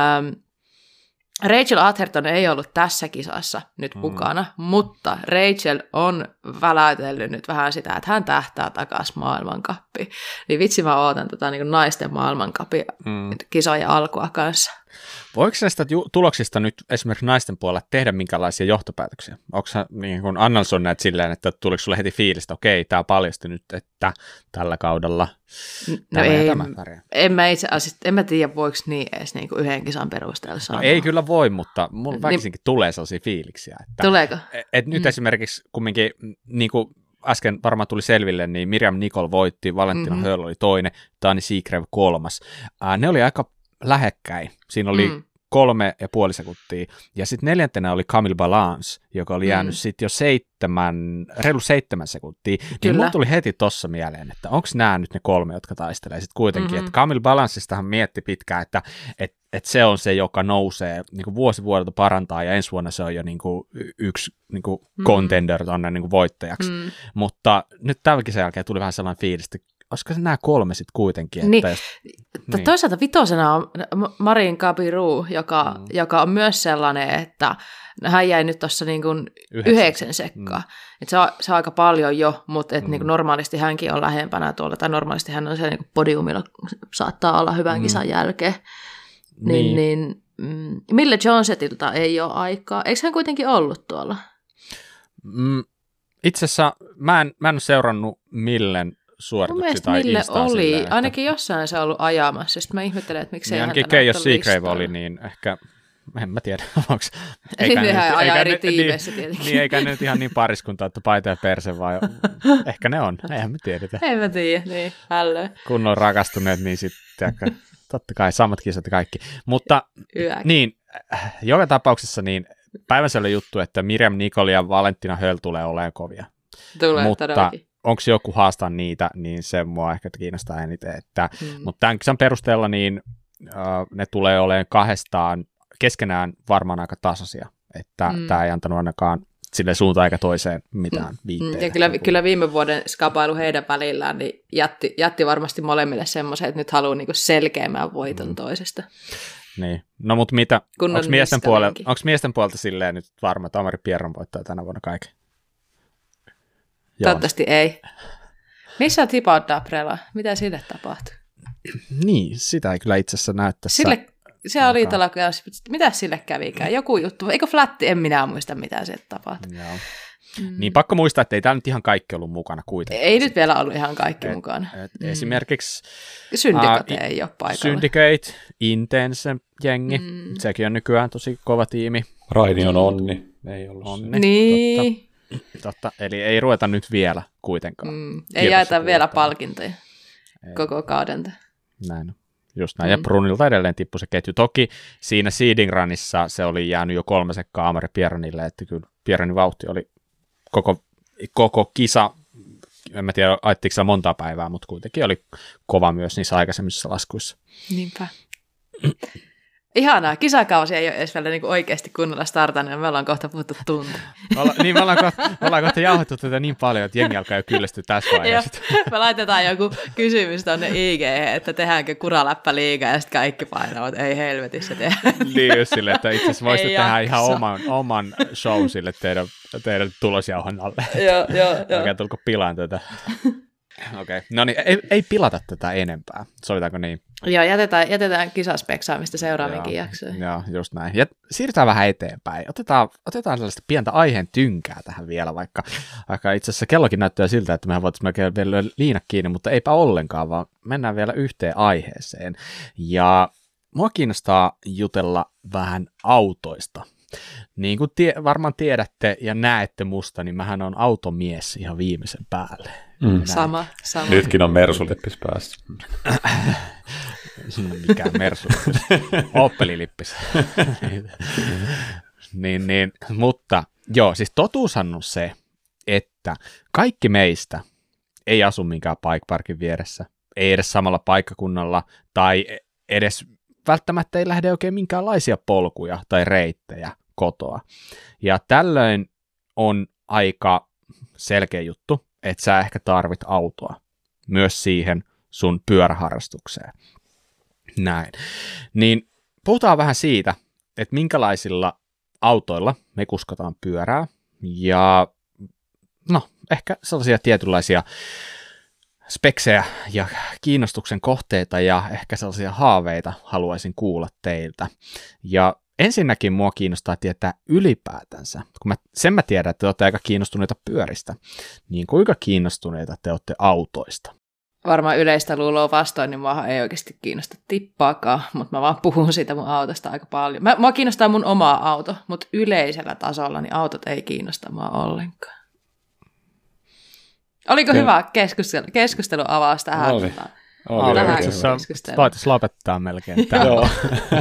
Rachel Atherton ei ollut tässä kisassa nyt mukana, mutta Rachel on väläytellyt nyt vähän sitä, että hän tähtää takaisin maailmankappiin. Niin vitsi mä ootan niin naisten maailmankapin kisoja alkua kanssa. Voiko näistä tuloksista nyt esimerkiksi naisten puolella tehdä minkälaisia johtopäätöksiä? Onko sä niin kun analysoinut näitä silleen, että tuliko sulle heti fiilistä, okei, tämä paljasti nyt, että tällä kaudella tämä pärjää? En mä tiedä, voiko niin edes niin kuin yhden kisan perusteella sanoa. No ei kyllä voi, mutta mulla väkisinkin tulee sellaisia fiiliksiä. Että, tuleeko? Nyt esimerkiksi kumminkin, niin kuin äsken varmaan tuli selville, niin Miriam Nicol voitti, Valentina Höll oli toinen, Tanny Seagrave kolmas. Ne oli aika lähekkäin. Siinä oli 3,5 sekuntia. Ja sitten neljäntenä oli Camille Balance, joka oli jäänyt sitten jo reilu 7 sekuntia. Niin mulla tuli heti tossa mieleen, että onko nämä nyt ne 3, jotka taistelee sitten kuitenkin. Että Camille Balanceista miettii pitkään, että se on se, joka nousee niin vuosi vuodelta parantaa, ja ensi vuonna se on jo niin kuin yksi niin kuin contender tuonne niin kuin voittajaksi. Mutta nyt tämän kisan jälkeen tuli vähän sellainen fiilis, että olisiko se nämä 3 sitten kuitenkin? Niin. Toisaalta vitosena on Marin Cabiru, joka on myös sellainen, että hän jäi nyt tuossa niin 9 sekkaan. Se on aika paljon jo, mutta niin normaalisti hänkin on lähempänä tuolla, tai normaalisti hän on siellä niin podiumilla, saattaa olla hyvän kisan jälkeen. Mille Johnsettilta ei ole aikaa. Eikö hän kuitenkin ollut tuolla? Itse asiassa mä en ole seurannut Millen suorituksia tai Mille Instaa oli. silleen, että... Ainakin jossain se on ollut ajamassa. Sitten mä ihmettelen, että miksei häntä näyttänyt listalla. Ainakin Seagrave oli, niin ehkä... En mä tiedä, onko... Nehän ajaa eri tiimeissä tietenkin. Niin, eikä ne nyt ihan niin pariskunta, että paita ja perse, vai ehkä ne on, eihän me tiedetä. En mä tiedä, niin, hällöä. Kun on rakastuneet, niin sitten totta kai samat kisat ja kaikki. Mutta niin, joka tapauksessa niin päivänselvä juttu, että Miriam Nicol ja Valentina Höll tulee olemaan kovia. Mutta todellakin. Onko joku haastaa niitä, niin se mua ehkä kiinnostaa eniten. Mutta tämän kisan perusteella niin ne tulee olemaan keskenään varmaan aika tasaisia, että tämä ei antanut ainakaan sille suuntaan eikä toiseen mitään viitteitä. Ja kyllä viime vuoden skapailu heidän välillään niin jätti varmasti molemmille semmoisen, että nyt haluaa niinku selkeämään voiton toisesta. Niin, no mutta mitä, onko miesten puolelta silleen nyt varma, että Amari Pierron voittaa tänä vuonna kaiken? Toivottavasti ei. Missä on Thibaut Daprela? Mitä sille tapahtuu? Niin, sitä ei kyllä itse asiassa näyttäisi. Se oli Italla, mitä sille kävikään? Joku juttu. Eikö flatti? En minä muista, mitä sieltä tapahtui. Niin pakko muistaa, että ei täällä nyt ihan kaikki ollut mukana kuitenkin. Ei nyt vielä ollut ihan kaikki mukana. Esimerkiksi Syndicate ei ole paikalla. Syndicate, Intense jengi, sekin on nykyään tosi kova tiimi. Raini on Onni, ei ollut Onni. Niin. Totta. Eli ei ruveta nyt vielä kuitenkaan. Ei jaeta vielä palkintoja koko kaudelta. Näin. Just näin. Ja Brunilta edelleen tippui se ketju. Toki siinä seeding runissa se oli jäänyt jo 3 sekkaa Amari Pierronille, että kyllä Pierronin vauhti oli koko kisa, en mä tiedä, ajattiko se montaa päivää, mutta kuitenkin oli kova myös niissä aikaisemmissa laskuissa. Niinpä. Ihanaa, kisakausi ei ole edes vielä niin oikeasti kunnolla startannut, me ollaan kohta puhuttu tunti. Niin, me ollaan kohta jauhettu tätä niin paljon, että jengi alkaa jo kyllästyä tässä vaiheessa. Me laitetaan joku kysymys tuonne IG, että tehdäänkö kuraläppä liigaa, ja sitten kaikki painavat, ei helvetissä tehdä. Niin just sille, että itse asiassa voisitte tehdä ihan oman show sille teidän tulosjauhon alle. Joo. Oikein tulko pilaan tätä. Okei, no niin, ei pilata tätä enempää, sovitaanko niin? Joo, jätetään kisaspeksaamista seuraaviinkin jaksoihin. Joo, just näin. Ja siirrytään vähän eteenpäin. Otetaan sellaista pientä aiheen tynkää tähän vielä, vaikka itse asiassa kellokin näyttää siltä, että mehän voitaisiin melkein vielä liina kiinni, mutta eipä ollenkaan, vaan mennään vielä yhteen aiheeseen. Ja mua kiinnostaa jutella vähän autoista. Niin kuin varmaan tiedätte ja näette musta, niin mähän on automies ihan viimeisen päälle. Sama. Nytkin on Mersu-lippis päässä. Mikä Mersu-lippis? Opel-lippis. niin, mutta joo, siis totuushan on se, että kaikki meistä ei asu minkään bike parkin vieressä, ei edes samalla paikkakunnalla, tai edes välttämättä ei lähde oikein minkäänlaisia polkuja tai reittejä kotoa. Ja tällöin on aika selkeä juttu, että sä ehkä tarvit autoa myös siihen sun pyöräharrastukseen. Näin. Niin puhutaan vähän siitä, että minkälaisilla autoilla me kuskataan pyörää ja no ehkä sellaisia tietynlaisia speksejä ja kiinnostuksen kohteita ja ehkä sellaisia haaveita haluaisin kuulla teiltä. Ja ensinnäkin mua kiinnostaa tietää ylipäätänsä, kun mä tiedän, että te olette aika kiinnostuneita pyöristä, niin kuinka kiinnostuneita te olette autoista? Varmaan yleistä luuloa vastoin, niin mua ei oikeasti kiinnosta tippaakaan, mutta mä vaan puhun siitä mun autosta aika paljon. Mua kiinnostaa mun oma auto, mutta yleisellä tasolla niin autot ei kiinnosta mua ollenkaan. Oliko hyvä keskustelu avaus tähän? Oli. Voitaisiin lopettaa melkein täällä.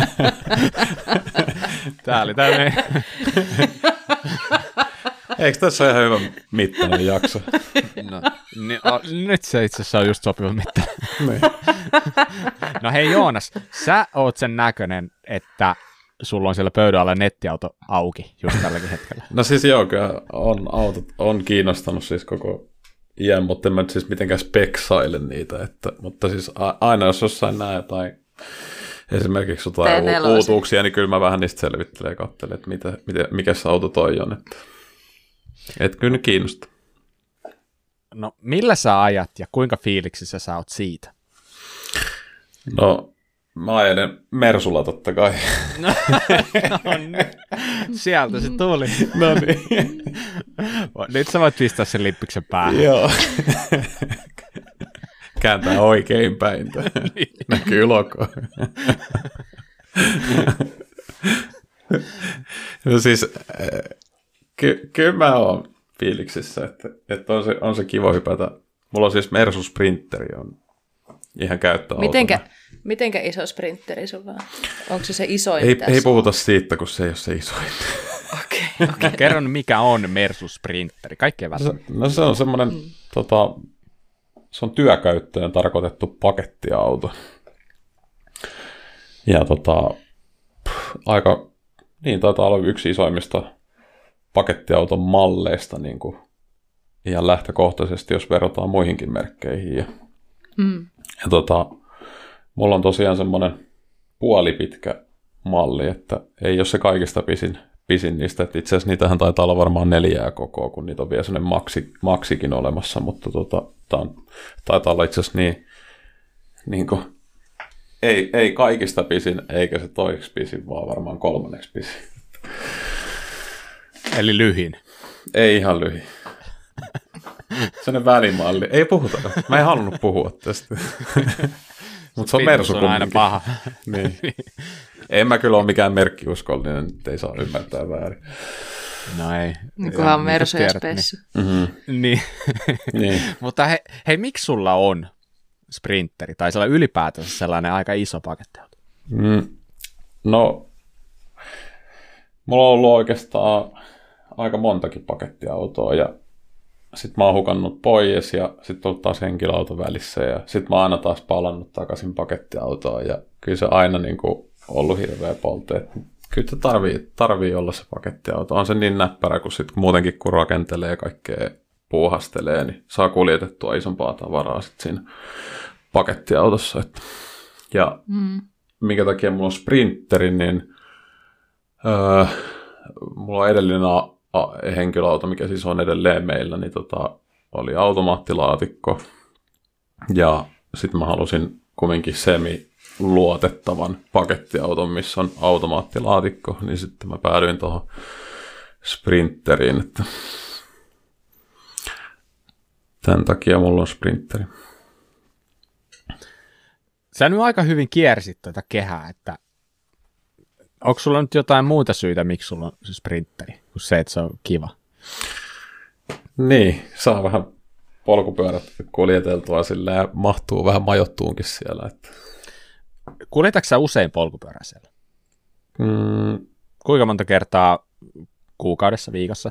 Tää oli tämmöinen. Eikö tässä ole ihan hyvä mittainen jakso? Nyt se itse asiassa on just sopiva mittainen. No hei Joonas, sä oot sen näköinen, että sulla on siellä pöydän alla nettiauto auki just tälläkin hetkellä. No siis joo, kyllä autot on kiinnostanut siis koko iän, mutta en mä siis mitenkään speksaile niitä. Mutta siis aina jos jossain näe tai esimerkiksi jotain uutuuksia, niin kyllä mä vähän niistä selvittelen ja katselen, että mikä se auto toi on. Että kyllä ne kiinnostaa. No millä sä ajat ja kuinka fiiliksissä sä oot siitä? No mä ajelen Mersulla totta kai. No sieltä se tuli. No niin. Nyt sä voit pistää sen lippiksen päähän. Joo. Kääntää oikein päin. Näkyy logo. No siis, kyllä mä oon fiiliksissä, että on se kiva hypätä. Mulla on siis Mersu Sprinteri, on ihan käyttöauto. Mitenkä iso sprinteri sulla on? Onko se isoin? Ei puhuta siitä, kun se ei ole se isoin. Okei. Kerron, mikä on Mersu Sprinteri. Kaikkein välttämättä. No se on semmoinen, se on työkäyttöön tarkoitettu pakettiauto. Ja aika, niin taitaa olla yksi isoimmista pakettiauton malleista niin kuin ihan lähtökohtaisesti, jos verrataan muihinkin merkkeihin. Ja mulla on tosiaan semmoinen puolipitkä malli, että ei ole se kaikista pisin niistä. Että itse asiassa niitähän taitaa olla varmaan 4 kokoa, kun niitä on vielä semmoinen maksikin olemassa, mutta taitaa olla itse asiassa niin kuin ei kaikista pisin, eikä se toiseksi pisin, vaan varmaan kolmanneksi pisin. Eli lyhin. Ei ihan lyhin. Sellainen välimalli. Ei puhuta. Mä en halunnut puhua tästä. Mutta se on Mersu on aina paha. Niin. En mä kyllä ole mikään merkkiuskollinen, ei saa ymmärtää väärin. No ei. Niin kunhan Mersu ja Spessu. Niin. Niin. Mutta hei, miksi sulla on sprinteri tai sellainen ylipäätänsä sellainen aika iso pakettiauto? No, mulla on ollut oikeastaan aika montakin pakettiautoa ja sitten mä oon hukannut pois ja sitten on taas henkilöauto välissä ja sitten mä oon aina taas palannut takaisin pakettiautoon ja kyllä se aina niin kuin ollut hirveä polte. Kyllä se tarvii olla se pakettiauto. On se niin näppärä, kun sitten muutenkin kun rakentelee ja kaikkea puuhastelee, niin saa kuljetettua isompaa tavaraa sitten siinä pakettiautossa. Ja minkä takia mulla on sprinteri, niin mulla on edellinen henkilöauto, mikä siis on edelleen meillä, niin oli automaattilaatikko. Ja sitten mä halusin kumminkin semi-luotettavan pakettiauton, missä on automaattilaatikko, niin sitten mä päädyin tuohon sprinteriin. Että tämän takia mulla on sprinteri. Sä nyt aika hyvin kiersit tätä kehää, että onko sulla nyt jotain muuta syytä, miksi sulla on se sprinteri, kuin se, että se on kiva? Niin, saa vähän polkupyörät kuljeteltua sillä ja mahtuu vähän majoittuunkin siellä. Että. Kuljetatko sä usein polkupyörää siellä? Kuinka monta kertaa kuukaudessa, viikossa?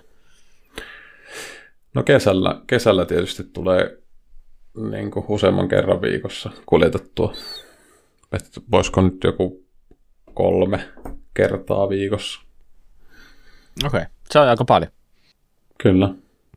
No kesällä tietysti tulee niin kuin useamman kerran viikossa kuljetettua. Että voisiko nyt joku 3 kertaa viikossa. Okei, se on aika paljon. Kyllä.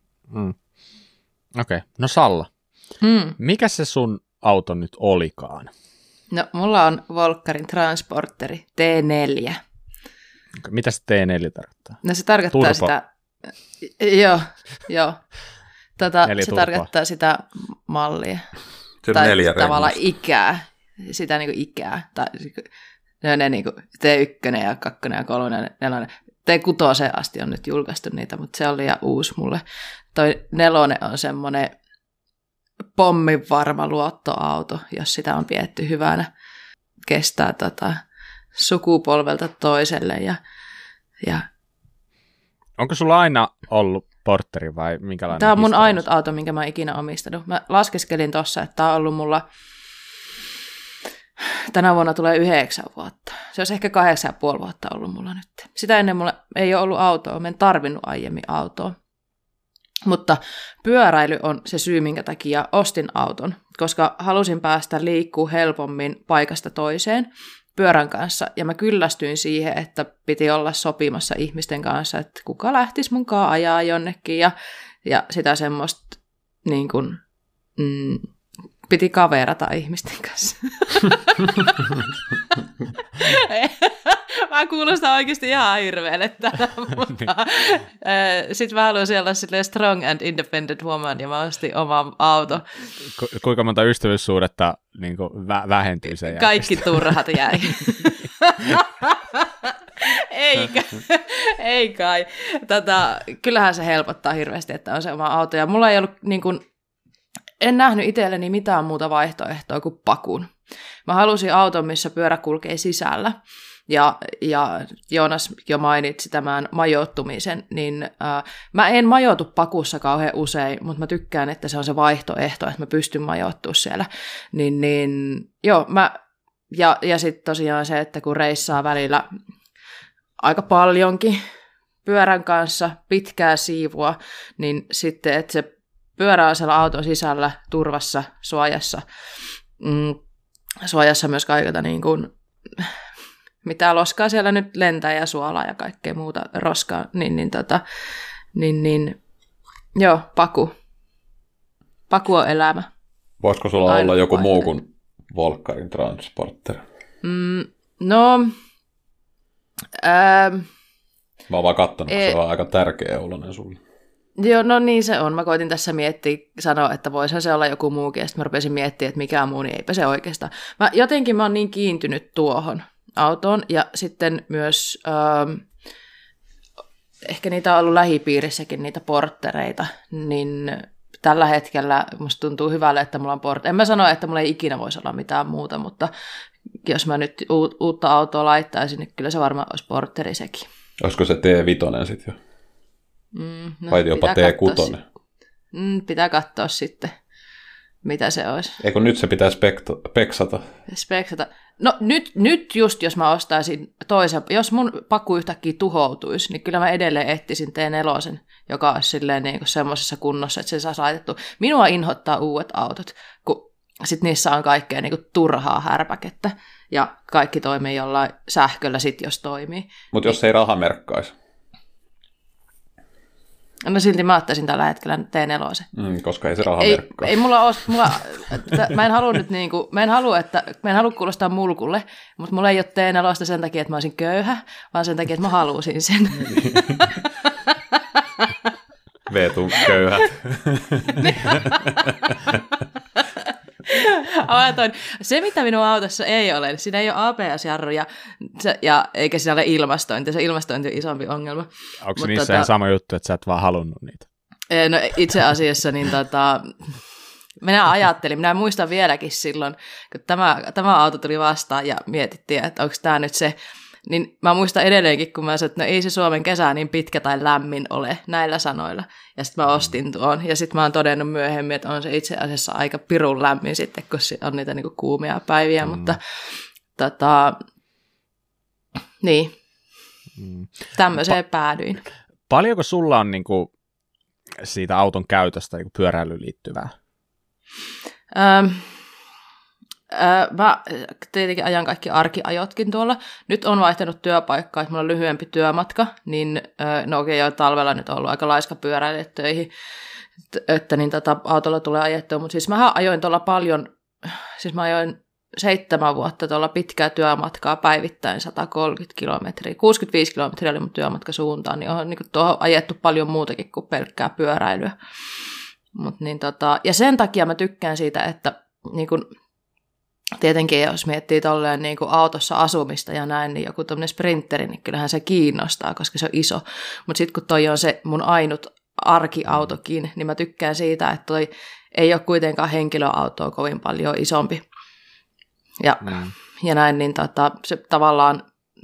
Okei, no Salla, mikä se sun auto nyt olikaan? No, mulla on Volkkarin Transporteri T4. Mitä se T4 tarkoittaa? No se tarkoittaa Turbo. sitä, joo. Se tarkoittaa sitä mallia. Se tai 4 tavallaan rengosta. ikää. Sitä niinku ikää. Tai ne niinku T1 ja 2 ja 3 ja 4. T6 asti on nyt julkaistu niitä, mutta se on liian uusi mulle. Toi 4 on semmoinen pomminvarma luottoauto, jos sitä on pidetty hyvänä. Kestää sukupolvelta toiselle. Ja Onko sulla aina ollut Porteri vai minkälainen? tämä on mun historia? ainut auto, minkä mä oon ikinä omistanut. Mä laskeskelin tossa, että tää on ollut mulla tänä vuonna tulee 9 vuotta. Se olisi ehkä 8,5 vuotta ollut mulla nyt. Sitä ennen mulla ei ole ollut autoa, mä en tarvinnut aiemmin autoa. Mutta pyöräily on se syy, minkä takia ostin auton, koska halusin päästä liikkuu helpommin paikasta toiseen pyörän kanssa. Ja mä kyllästyin siihen, että piti olla sopimassa ihmisten kanssa, että kuka lähtisi munkaan ajaa jonnekin. Ja sitä semmoista niin kuin, piti kaverata ihmisten kanssa. Mä kuulostan oikeasti ihan hirveelle tätä, mutta sitten mä haluan olla silleen strong and independent woman, ja mä ostin oman auto. Kuinka monta ystävyyssuhdetta niin vähentyy sen jälkeen? Kaikki turhat jäi. Ei kai. Kyllähän se helpottaa hirveästi, että on se oma auto. Ja mulla ei ollut, niin kun, en nähnyt itselleni mitään muuta vaihtoehtoa kuin pakun. Mä halusin auton, missä pyörä kulkee sisällä. Ja Joonas jo mainitsi tämän majoittumisen, niin mä en majoitu pakussa kauhean usein, mutta mä tykkään, että se on se vaihtoehto, että mä pystyn majoittumaan siellä. Ja sitten tosiaan se, että kun reissaa välillä aika paljonkin pyörän kanssa, pitkää siivua, niin sitten, että se pyörä on siellä auton sisällä, turvassa, suojassa myös kaikilta niin kuin mitä loskaa siellä nyt lentää ja suolaa ja kaikkea muuta roskaa, joo, paku. Paku on elämä. Voisiko sulla olla joku muu kuin Volkkarin Transporter? Mä oon vaan kattonut, se on aika tärkeä oloinen sulle. Joo, no niin se on. Mä koitin tässä sanoa, että voisihan se olla joku muukin, ja sitten mä rupesin miettimään, että mikä muu, niin eipä se oikeastaan. Mä oon niin kiintynyt tuohon autoon, ja sitten myös ehkä niitä on ollut lähipiirissäkin, niitä porttereita, niin tällä hetkellä musta tuntuu hyvälle, että mulla on portteri. En mä sano, että mulla ei ikinä voisi olla mitään muuta, mutta jos mä nyt uutta autoa laittaisin, niin kyllä se varmaan olisi portteri sekin. Olisiko se T5 sitten jo? No, vai jopa T6? Pitää katsoa sitten, mitä se olisi. Eikö nyt se pitää speksata? No nyt just, jos mä ostaisin toisen, jos mun paku yhtäkkiä tuhoutuisi, niin kyllä mä edelleen etsisin T4, joka olisi silleen niin kuin semmoisessa kunnossa, että se saisi laitettua. Minua inhottaa uudet autot, kun sit niissä on kaikkea niin kuin turhaa härpäkettä, ja kaikki toimii jollain sähköllä sit, jos toimii. Mutta jos ei raha merkkaisi? No silti mä ottaisin tällä hetkellä T4. Koska ei se raha merkkaa. Ei mulla ole, mä en halua nyt niinku, mä en halua kuulostaa mulkulle, mutta mulla ei ole T4 sen takia, että mä olisin köyhä, vaan sen takia, että mä halusin sen. Veetu köyhät. Se, mitä minun autossa ei ole, siinä ei ole ABS-jarruja ja eikä siinä ole ilmastointi. Se ilmastointi on isompi ongelma. Onko niissä ihan sama juttu, että sä et vaan halunnut niitä? No itse asiassa niin minä muistan vieläkin silloin, kun tämä auto tuli vastaan ja mietittiin, että onko tämä nyt se. Niin mä muistan edelleenkin, kun mä sanoin, että no ei se Suomen kesä niin pitkä tai lämmin ole näillä sanoilla. Ja sitten mä ostin tuon. Ja sitten mä oon todennut myöhemmin, että on se itse asiassa aika pirun lämmin sitten, kun on niitä niinku kuumia päiviä. Mutta niin, tämmöiseen päädyin. Paljonko sulla on niinku siitä auton käytöstä niinku pyöräilyyn liittyvää? Mä tietenkin ajan kaikki arkiajotkin tuolla. Nyt on vaihtanut työpaikkaa, että mulla on lyhyempi työmatka, niin no okei, jo talvella nyt on ollut aika laiska pyöräilijä töihin, että niin autolla tulee ajettua, mutta siis mä ajoin tuolla paljon, siis mä ajoin 7 vuotta tuolla pitkää työmatkaa päivittäin 130 kilometriä, 65 kilometriä oli mun työmatka suuntaan, niin on niin tuohon ajettu paljon muutakin kuin pelkkää pyöräilyä. Niin ja sen takia mä tykkään siitä, että niin kun, tietenkin jos miettii tolleen niin kuin autossa asumista ja näin, niin joku tämmöinen sprinteri, niin kyllähän se kiinnostaa, koska se on iso. Mutta sitten kun toi on se mun ainut arkiautokin, niin mä tykkään siitä, että toi ei ole kuitenkaan henkilöautoa kovin paljon isompi. Ja näin, niin se tavallaan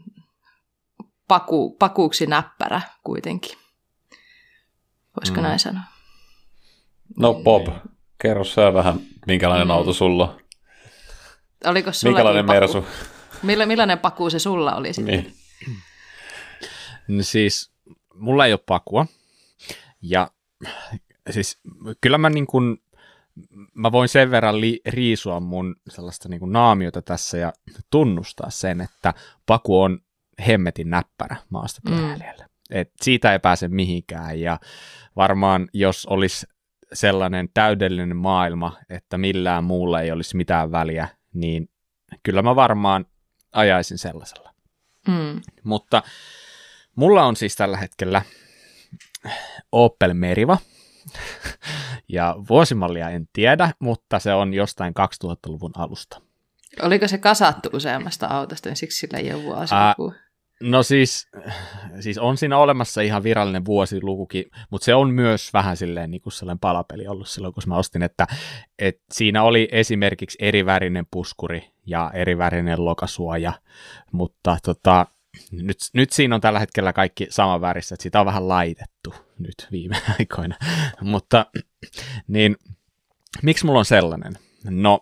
pakuuksi näppärä kuitenkin. Voisiko näin sanoa? No Bob, kerro sä vähän, minkälainen auto sulla on. Oliko minkälainen Mersu? Millainen pakuu se sulla oli sitten? Niin. No siis, mulla ei ole pakua. Ja siis kyllä mä voin sen verran riisua mun sellaista niin kuin naamiota tässä ja tunnustaa sen, että paku on hemmetin näppärä maastopyöräilijälle. Et siitä ei pääse mihinkään ja varmaan jos olisi sellainen täydellinen maailma, että millään muulla ei olisi mitään väliä, niin kyllä mä varmaan ajaisin sellaisella. Mutta mulla on siis tällä hetkellä Opel Meriva, ja vuosimallia en tiedä, mutta se on jostain 2000-luvun alusta. Oliko se kasattu useammasta autosta, niin siksi sillä ei ole vuosiluku? No siis on siinä olemassa ihan virallinen vuosilukukin, mutta se on myös vähän silleen niin kuin sellainen palapeli ollut silloin, kun mä ostin, että siinä oli esimerkiksi erivärinen puskuri ja erivärinen lokasuoja, mutta nyt siinä on tällä hetkellä kaikki saman värissä, että sitä on vähän laitettu nyt viime aikoina, mutta niin miksi mulla on sellainen? No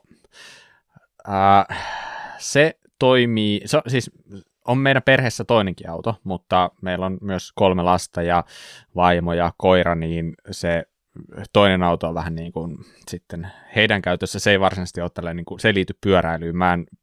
se toimii, siis on meidän perheessä toinenkin auto, mutta meillä on myös 3 lasta ja vaimo ja koira, niin se toinen auto on vähän niin kuin sitten heidän käytössä. Se ei varsinaisesti ole tällainen, niin kuin, se ei liity pyöräilyyn. Mä en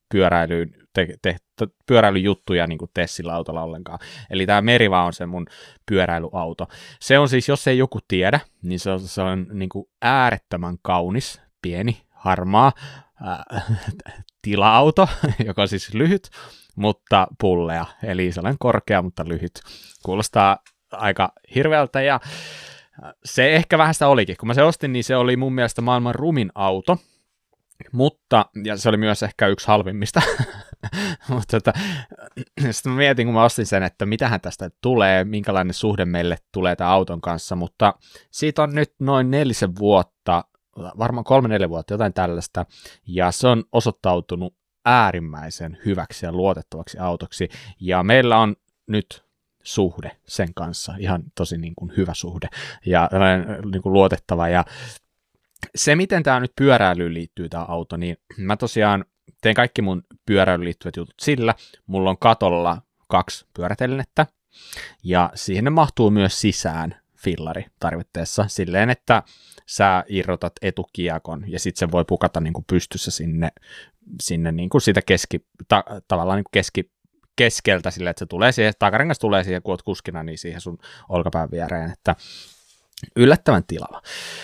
pyöräilyjuttuja niin kuin tee sillä autolla ollenkaan. Eli tämä Meriva on se mun pyöräilyauto. Se on siis, jos ei joku tiedä, niin se on niin kuin äärettömän kaunis, pieni, harmaa tila-auto, joka on siis lyhyt, mutta pullea, eli sellainen korkea, mutta lyhyt. Kuulostaa aika hirveältä ja Se ehkä vähän sitä olikin. Kun mä se ostin, niin se oli mun mielestä maailman rumin auto, mutta, ja se oli myös ehkä yksi halvimmista, mutta sitten mä mietin, kun mä ostin sen, että mitähän tästä tulee, minkälainen suhde meille tulee tämän auton kanssa, mutta siitä on nyt noin 4 vuotta, varmaan 3-4 vuotta, jotain tällaista, ja se on osoittautunut äärimmäisen hyväksi ja luotettavaksi autoksi, ja meillä on nyt suhde sen kanssa, ihan tosi niin kuin hyvä suhde, ja niin kuin luotettava, ja se, miten tämä nyt pyöräilyyn liittyy tämä auto, niin mä tosiaan teen kaikki mun pyöräilyyn liittyvät jutut sillä, mulla on katolla 2 pyörätelinettä, ja siihen mahtuu myös sisään fillari tarvitteessa silleen, että sä irrotat etukiekon, ja sitten se voi pukata niin kuin pystyssä sinne niin kuin siitä tavallaan niin kuin keskeltä silleen, että se tulee siihen, takarengas tulee siihen, kun oot kuskina, niin siihen sun olkapään viereen, että yllättävän tilava.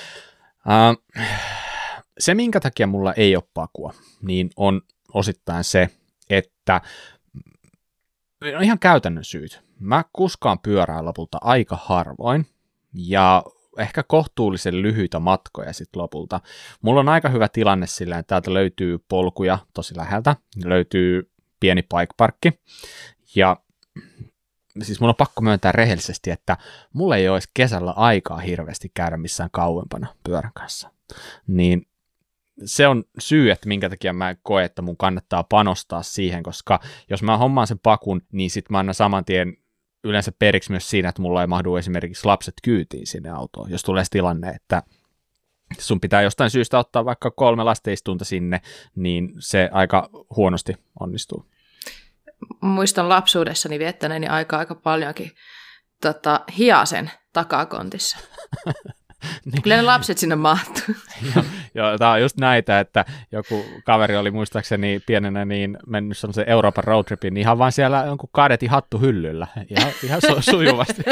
Se, minkä takia mulla ei ole pakua, niin on osittain se, että on ihan käytännön syyt. Mä kuskaan pyörää lopulta aika harvoin, ja ehkä kohtuullisen lyhyitä matkoja sitten lopulta. Mulla on aika hyvä tilanne sillä, että täältä löytyy polkuja tosi läheltä, löytyy pieni bike-parkki, ja siis mun on pakko myöntää rehellisesti, että mulla ei olisi kesällä aikaa hirveästi käydä missään kauempana pyörän kanssa. Niin se on syy, että minkä takia mä koen, että mun kannattaa panostaa siihen, koska jos mä hommaan sen pakun, niin sit mä annan saman tien yleensä periksi myös siinä, että mulla ei mahdu esimerkiksi lapset kyytiin sinne autoon, jos tulee tilanne, että sun pitää jostain syystä ottaa vaikka 3 lasteistunta sinne, niin se aika huonosti onnistuu. Muistan lapsuudessani viettäneeni aika paljonkin hiasen takakontissa. Niin. Kyllä ne lapset sinne mahtuu. Joo, tämä on just näitä, että joku kaveri oli muistaakseni pienenä niin mennyt sellaisen Euroopan roadtripin, niin ihan vaan siellä jonkun kadetin hattu hyllyllä, ihan sujuvasti.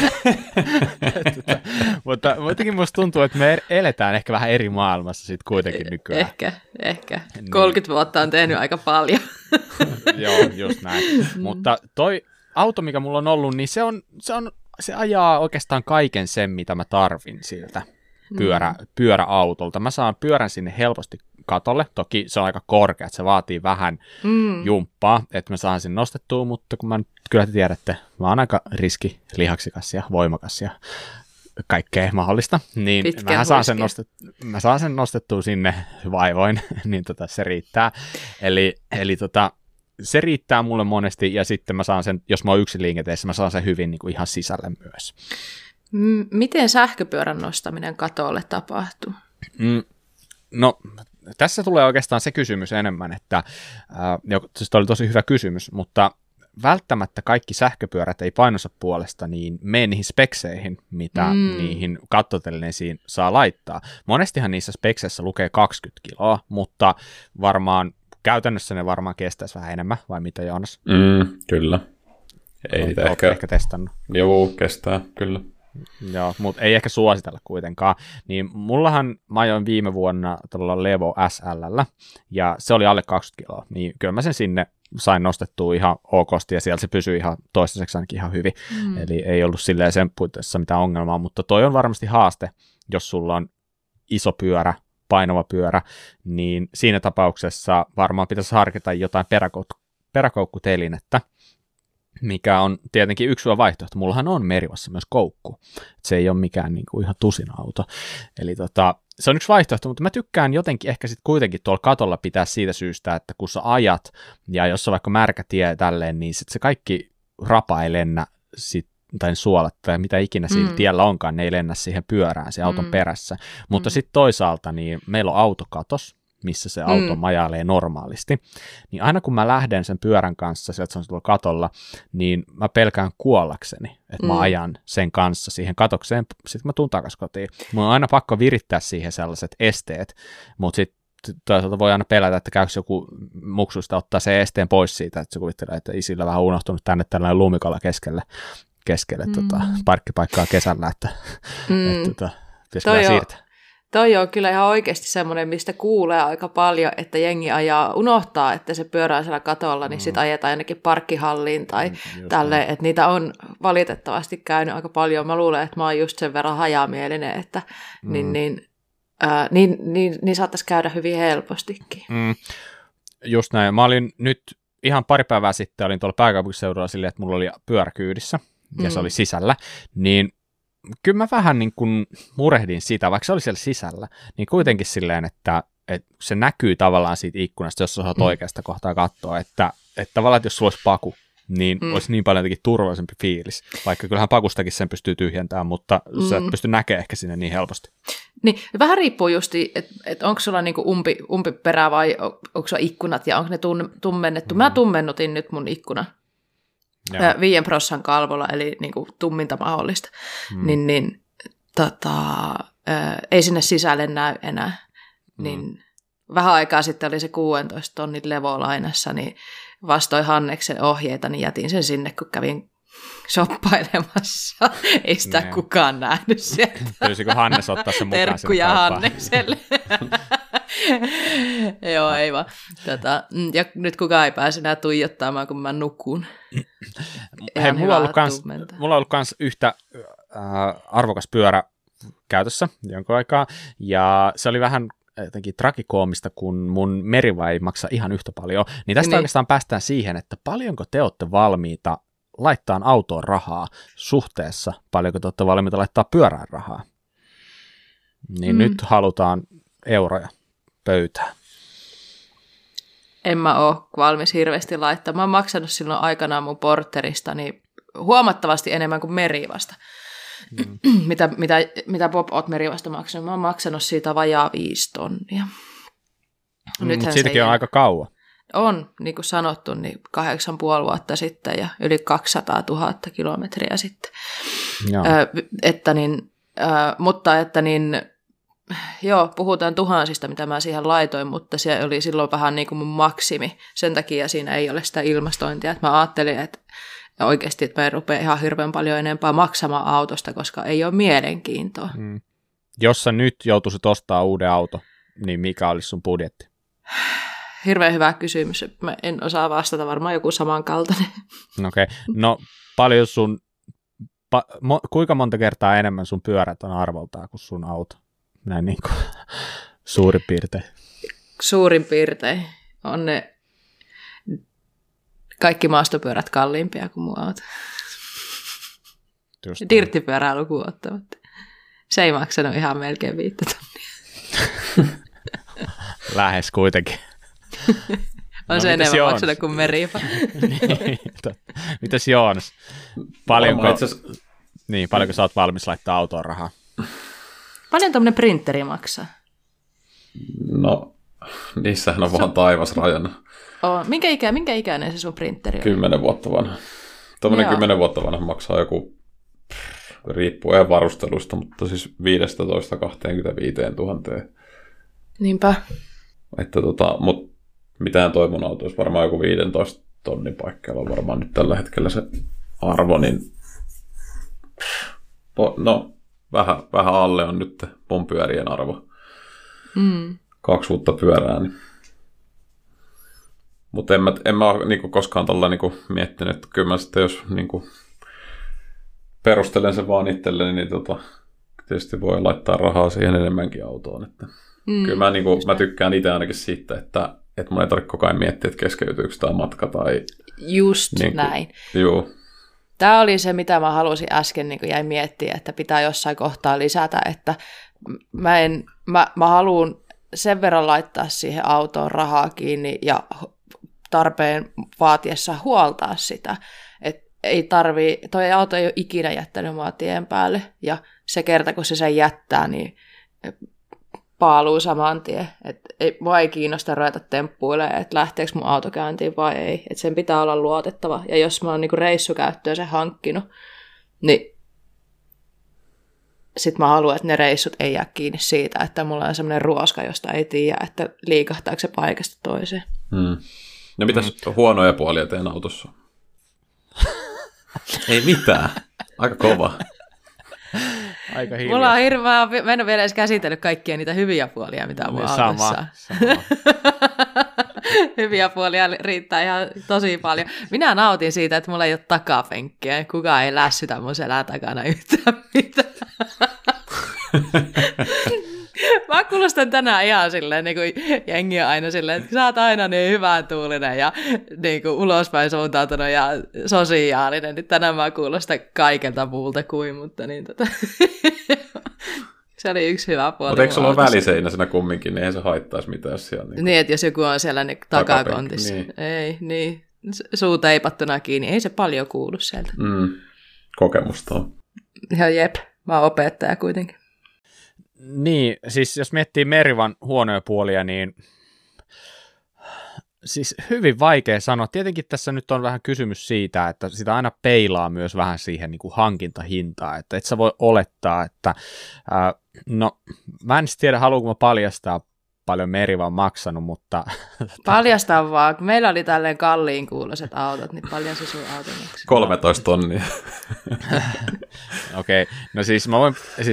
Mutta jotenkin musta tuntuu, että me eletään ehkä vähän eri maailmassa sitten kuitenkin nykyään. Ehkä. 30 vuotta on tehnyt aika paljon. Joo, just näin. Mutta toi auto, mikä mulla on ollut, niin se ajaa oikeastaan kaiken sen, mitä mä tarvin siltä pyöräautolta. Mä saan pyörän sinne helposti katolle. Toki se on aika korkea, että se vaatii vähän jumppaa, että mä saan sen nostettua, mutta kun mä nyt kyllä te tiedätte, mä oon aika riskilihaksikas ja voimakas ja kaikkea mahdollista, niin mä saan sen nostettua sinne vaivoin, niin se riittää. Eli se riittää mulle monesti, ja sitten mä saan sen, jos mä oon yksin liikenteessä, mä saan sen hyvin niin kuin ihan sisälle myös. Miten sähköpyörän nostaminen katolle tapahtuu? No, tässä tulee oikeastaan se kysymys enemmän, että siis oli tosi hyvä kysymys, mutta välttämättä kaikki sähköpyörät ei painonsa puolesta niin mene niihin spekseihin, mitä niihin kattotelineisiin saa laittaa. Monestihan niissä spekseissä lukee 20 kiloa, mutta käytännössä ne varmaan kestäisi vähän enemmän, vai mitä Joonas? Kyllä. Ei ehkä testannut. Joo, kestää, kyllä. Joo, mutta ei ehkä suositella kuitenkaan. Niin mullahan mä ajoin viime vuonna tuolla Levo SL:llä, ja se oli alle 20 kiloa, niin kyllä mä sen sinne sain nostettua ihan okosti, ja siellä se pysyi ihan toistaiseksi ainakin ihan hyvin. Eli ei ollut silleen sen puitteissa mitään ongelmaa, mutta toi on varmasti haaste, jos sulla on iso pyörä, painava pyörä, niin siinä tapauksessa varmaan pitäisi harkita jotain peräkoukkutelinettä, mikä on tietenkin yksi hyvä vaihtoehto. Mullahan on Merivassa myös koukku. Se ei ole mikään niin kuin ihan tusina-auto. Eli se on yksi vaihtoehto, mutta mä tykkään jotenkin ehkä sitten kuitenkin tuolla katolla pitää siitä syystä, että kun sä ajat, ja jos on vaikka märkä tie tälleen, niin sitten se kaikki rapa ei lennä tai suolat tai mitä ikinä siinä tiellä onkaan, ne ei lennä siihen pyörään, siihen auton perässä. Mutta sitten toisaalta niin meillä on autokatos, missä se auto majailee normaalisti, niin aina kun mä lähden sen pyörän kanssa, sieltä se on tuolla katolla, niin mä pelkään kuollakseni, että mä ajan sen kanssa siihen katokseen, sitten mä tuun takaisin kotiin. Mun on aina pakko virittää siihen sellaiset esteet, mutta sitten toisaalta voi aina pelätä, että käykö joku muksuista ottaa se esteen pois siitä, että se kuvittelee, että isillä vähän unohtunut tänne tällainen lumikolla keskelle parkkipaikkaa kesällä, että pitäisi kyllä siirtää. Toi on kyllä ihan oikeasti semmoinen, mistä kuulee aika paljon, että jengi unohtaa, että se pyörää siellä katolla, niin sitten ajetaan ainakin parkkihalliin tai tälleen, että niitä on valitettavasti käynyt aika paljon. Mä luulen, että mä oon just sen verran hajamielinen, että niin saattaisi käydä hyvin helpostikin. Just näin. Mä olin nyt ihan pari päivää sitten, olin tuolla pääkaupunkiseudulla silleen, että mulla oli pyörä kyydissä ja se oli sisällä, niin kyllä mä vähän niin kuin murehdin sitä, vaikka se oli siellä sisällä, niin kuitenkin silleen, että se näkyy tavallaan siitä ikkunasta, jos sä saat oikeasta kohtaa katsoa, että tavallaan, että jos sulla olisi paku, niin olisi niin paljon jotenkin turvallisempi fiilis, vaikka kyllähän pakustakin sen pystyy tyhjentämään, mutta sä et pysty näkemään ehkä sinne niin helposti. Niin, vähän riippuu justi, että onko sulla niinku umpiperä vai onko sulla ikkunat ja onko ne tummennettu. Mä tummennutin nyt mun ikkuna 5% kalvolla, eli niinku tumminta mahdollista. Ei sinne sisälle näy enää. Niin vähän aikaa sitten oli se 16 tonnin levolainassa, niin vastoin Hanneksen ohjeita, niin jätin sen sinne, kun kävin shoppailemassa. Ei sitä kukaan nähnyt sieltä. Pyysikö Hannes ottaa sen mukaan? Terkkuja Hannekselle. Joo, ei vaan. Ja nyt kukaan ei pääse enää tuijottamaan, kun mä nukun. Hei, mulla on ollut kans yhtä arvokas pyörä käytössä jonkun aikaa, ja se oli vähän jotenkin tragikoomista, kun mun merivai ei maksa ihan yhtä paljon, niin tästä oikeastaan päästään siihen, että paljonko te olette valmiita laittaa autoon rahaa suhteessa, paljonko te olette valmiita laittaa pyörään rahaa. Niin nyt halutaan euroja pöytään. En mä ole valmis hirveästi laittaa. Mä oon maksanut silloin aikanaan mun Porterista niin huomattavasti enemmän kuin Merivasta. Mitä Bob oot Merivasta maksanut? Mä oon maksanut siitä vajaa 5 tonnia. Siitäkin on aika kauan. On, niin kuin sanottu, niin 8,5 vuotta sitten ja yli 200 000 kilometriä sitten. Joo, puhutaan tuhansista, mitä mä siihen laitoin, mutta se oli silloin vähän niin kuin mun maksimi. Sen takia siinä ei ole sitä ilmastointia. Että mä ajattelin, että oikeasti että mä rupean ihan hirveän paljon enempää maksamaan autosta, koska ei ole mielenkiintoa. Jos sä nyt joutuisit ostamaan uuden auto, niin mikä olisi sun budjetti? Hirveän hyvä kysymys. Mä en osaa vastata, varmaan joku samankaltainen. Okei. No paljon kuinka monta kertaa enemmän sun pyörät on arvoltaan kuin sun auto? Näin niin kuin suurin piirtein. Suurin piirtein on ne kaikki maastopyörät kalliimpia kuin mun auto. Dirttipyörää lukuun ottamatta. Se ei maksanut ihan melkein 5 tonnia. Lähes kuitenkin. On se enemmän maksanut kuin Meriva. Mitäs Joonas? Paljonko sä oot valmis laittaa autoon rahaa? Paljon tuommoinen printeri maksaa? No, niissähän on vaan taivas rajana. Minkä ikäinen se sun printeri on? 10 vuotta vanha. Tuommoinen 10 vuotta vanha maksaa joku, riippuu ihan varustelusta, mutta siis 15-25 000. Niinpä. Että mutta mitään toi mun auto olisi varmaan joku 15 tonnin paikkeilla on varmaan nyt tällä hetkellä se arvo, niin no vähän alle on nyt mun pyörien arvo. 2 uutta pyörää. Niin. Mutta en mä ole niinku koskaan tällä niinku miettinyt, että kyllä mä sitten jos niinku perustelen sen vaan itselleni, niin tietysti voi laittaa rahaa siihen enemmänkin autoon. Että kyllä mä tykkään itse ainakin siitä, että mun ei tarvitse koko ajan miettiä, että keskeytyykö tämä matka tai... Just niin kuin, näin. Joo. Tämä oli se, mitä mä halusin äsken, niin jäin miettiä, että pitää jossain kohtaa lisätä, että mä haluan sen verran laittaa siihen autoon rahaa kiinni ja tarpeen vaatiessa huoltaa sitä. Että toi auto ei ole ikinä jättänyt mua tien päälle ja se kerta, kun se sen jättää, niin paaluu saman tien. Mua ei kiinnosta ruveta temppuilemaan, että lähteekö mun auto käyntiin vai ei. Et sen pitää olla luotettava. Ja jos mä oon niinku reissukäyttöön sen hankkinut, niin sit mä haluan, että ne reissut ei jää kiinni siitä, että mulla on semmoinen ruoska, josta ei tiedä, että liikahtaako se paikasta toiseen. No mitäs huonoja puolia teidän autossa? Ei mitään. Aika kova. Aika hiljaa. Mulla on hirveä, mä en ole vielä edes käsitellyt kaikkia niitä hyviä puolia, mitä on mun autossa. Sama. Hyviä puolia riittää ihan tosi paljon. Minä nautin siitä, että mulla ei ole takapenkkiä. Kukaan ei lässytä mun selän takana yhtään mitään. Mä kuulostan tänään ihan silleen, niin kuin jengi on aina silleen, että sä oot aina niin hyvän tuulinen ja niin kuin ulospäin suuntautunut ja sosiaalinen. Nyt tänään mä kuulostan kaikelta muulta kuin, mutta niin se oli yksi hyvä puoli. Mutta eikö sulla ole väliseinä siinä kumminkin, niin eihän se haittaisi mitään, jos siellä niin, että jos joku on siellä niin takakontissa. Niin. Ei, niin. Suu teipattuna kiinni, ei se paljon kuulu sieltä. Kokemusta on. Ja jep, mä oon opettaja kuitenkin. Niin, siis jos miettii Merivan huonoja puolia, niin siis hyvin vaikea sanoa. Tietenkin tässä nyt on vähän kysymys siitä, että sitä aina peilaa myös vähän siihen niin kuin hankintahintaan, että et sä voi olettaa, että no mä en tiedä, haluanko mä paljastaa paljon Meriva on maksanut, mutta paljastaa vaan, kun meillä oli tälleen kalliin kuuloiset autot, niin paljon se sun auto maksaa. 13 tonnia. Okei, no siis mä voin,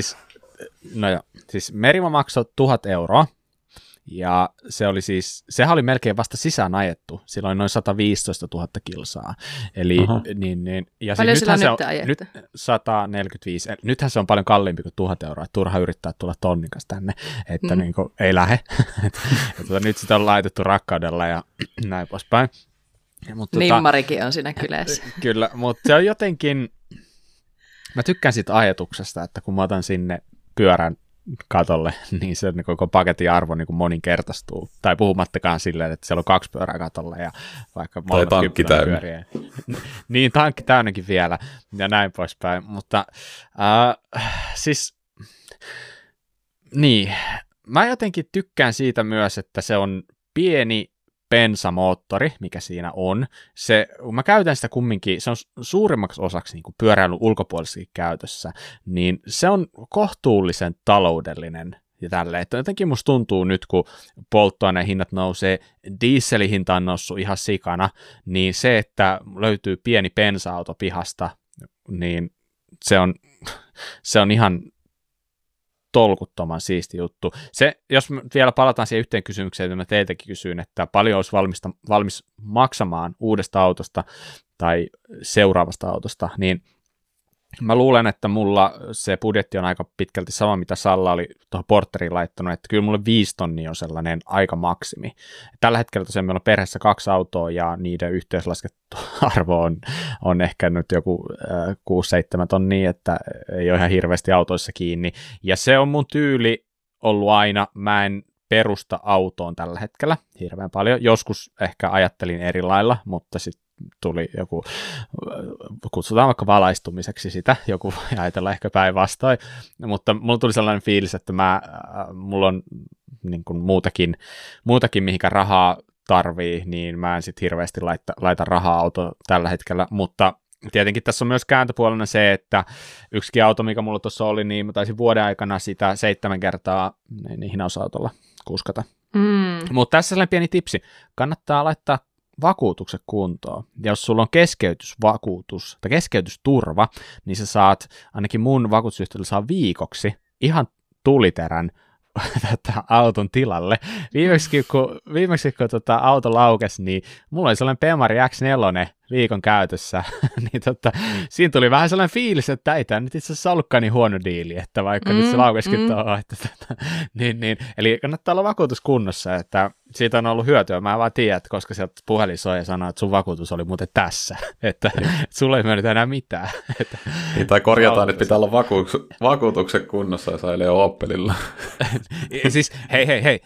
siis Meriva maksoi 1 000 euroa, ja sehän oli melkein vasta sisään ajettu, sillä oli noin 115 000 kilsaa, eli ja paljon nythän se on nyt 145, nythän se on paljon kalliimpi kuin 1 000 euroa, että turha yrittää tulla tonnin kanssa tänne, että niin kuin, ei lähe, nyt sitä on laitettu rakkaudella ja näin poispäin. Nimmarikin on siinä kylässä. Kyllä, mutta se on jotenkin, mä tykkään siitä ajatuksesta, että kun mä otan sinne pyörän katolle, niin se koko paketin arvo niin kuin moninkertaistuu. Tai puhumattakaan silleen, että siellä on 2 pyörää katolla ja vaikka tai tankki täynnä. Niin, tankki täynnäkin vielä ja näin poispäin. Mutta siis niin, mä jotenkin tykkään siitä myös, että se on pieni bensamoottori, mikä siinä on. Mä käytän sitä kumminkin, se on suurimmaksi osaksi niin kuin pyöräilyn ulkopuolisessakin käytössä, niin se on kohtuullisen taloudellinen ja tälleen. Että jotenkin musta tuntuu nyt, kun polttoaineen hinnat nousee, dieselin hinta on noussut ihan sikana, niin se, että löytyy pieni bensa-auto pihasta, niin se on ihan tolkuttoman siisti juttu. Se, jos vielä palataan siihen yhteen kysymykseen, että mä teiltäkin kysyin, että paljon olisi valmis maksamaan uudesta autosta tai seuraavasta autosta, niin mä luulen, että mulla se budjetti on aika pitkälti sama, mitä Salla oli tuohon Porteriin laittanut, että kyllä mulle 5 tonnia on sellainen aika maksimi. Tällä hetkellä tosiaan meillä on perheessä 2 autoa ja niiden yhteislaskettu arvo on ehkä nyt joku 6-7 tonnia, että ei ole ihan hirveästi autoissa kiinni. Ja se on mun tyyli ollut aina, mä en perusta autoon tällä hetkellä hirveän paljon. Joskus ehkä ajattelin eri lailla, mutta sitten tuli joku, kutsutaan vaikka valaistumiseksi sitä, joku ajatella ehkä päinvastoin, mutta mulla tuli sellainen fiilis, että mulla on niin kuin muutakin mihinkä rahaa tarvii, niin mä en sitten hirveästi laita rahaa autoon tällä hetkellä, mutta tietenkin tässä on myös kääntöpuolena se, että yksikin auto, mikä mulla tuossa oli, niin mä taisin vuoden aikana sitä 7 kertaa niin hinausautolla kuskata. Mutta tässä sellainen pieni tipsi, kannattaa laittaa vakuutukset kuntoon. Ja jos sulla on keskeytysvakuutus tai keskeytysturva, niin sä saat, ainakin mun vakuutusyhtiöllä saa viikoksi ihan tuliterän auton tilalle. Viimeksi kun auto laukesi, niin mulla oli sellainen Bemari X4 viikon käytössä, niin siinä tuli vähän sellainen fiilis, että ei tämä nyt itse asiassa ollutkaan niin huono diili, että vaikka nyt se laukesikin tuohon, niin. Eli kannattaa olla vakuutus kunnossa, että siitä on ollut hyötyä. Mä vaan tiedän, että koska sieltä puhelin soi ja sanoo, että sun vakuutus oli muuten tässä, että sulle ei myönnetä enää mitään. Niin, tai korjataan, että pitää olla vakuutuksen kunnossa ja sailee Opelilla. Siis hei,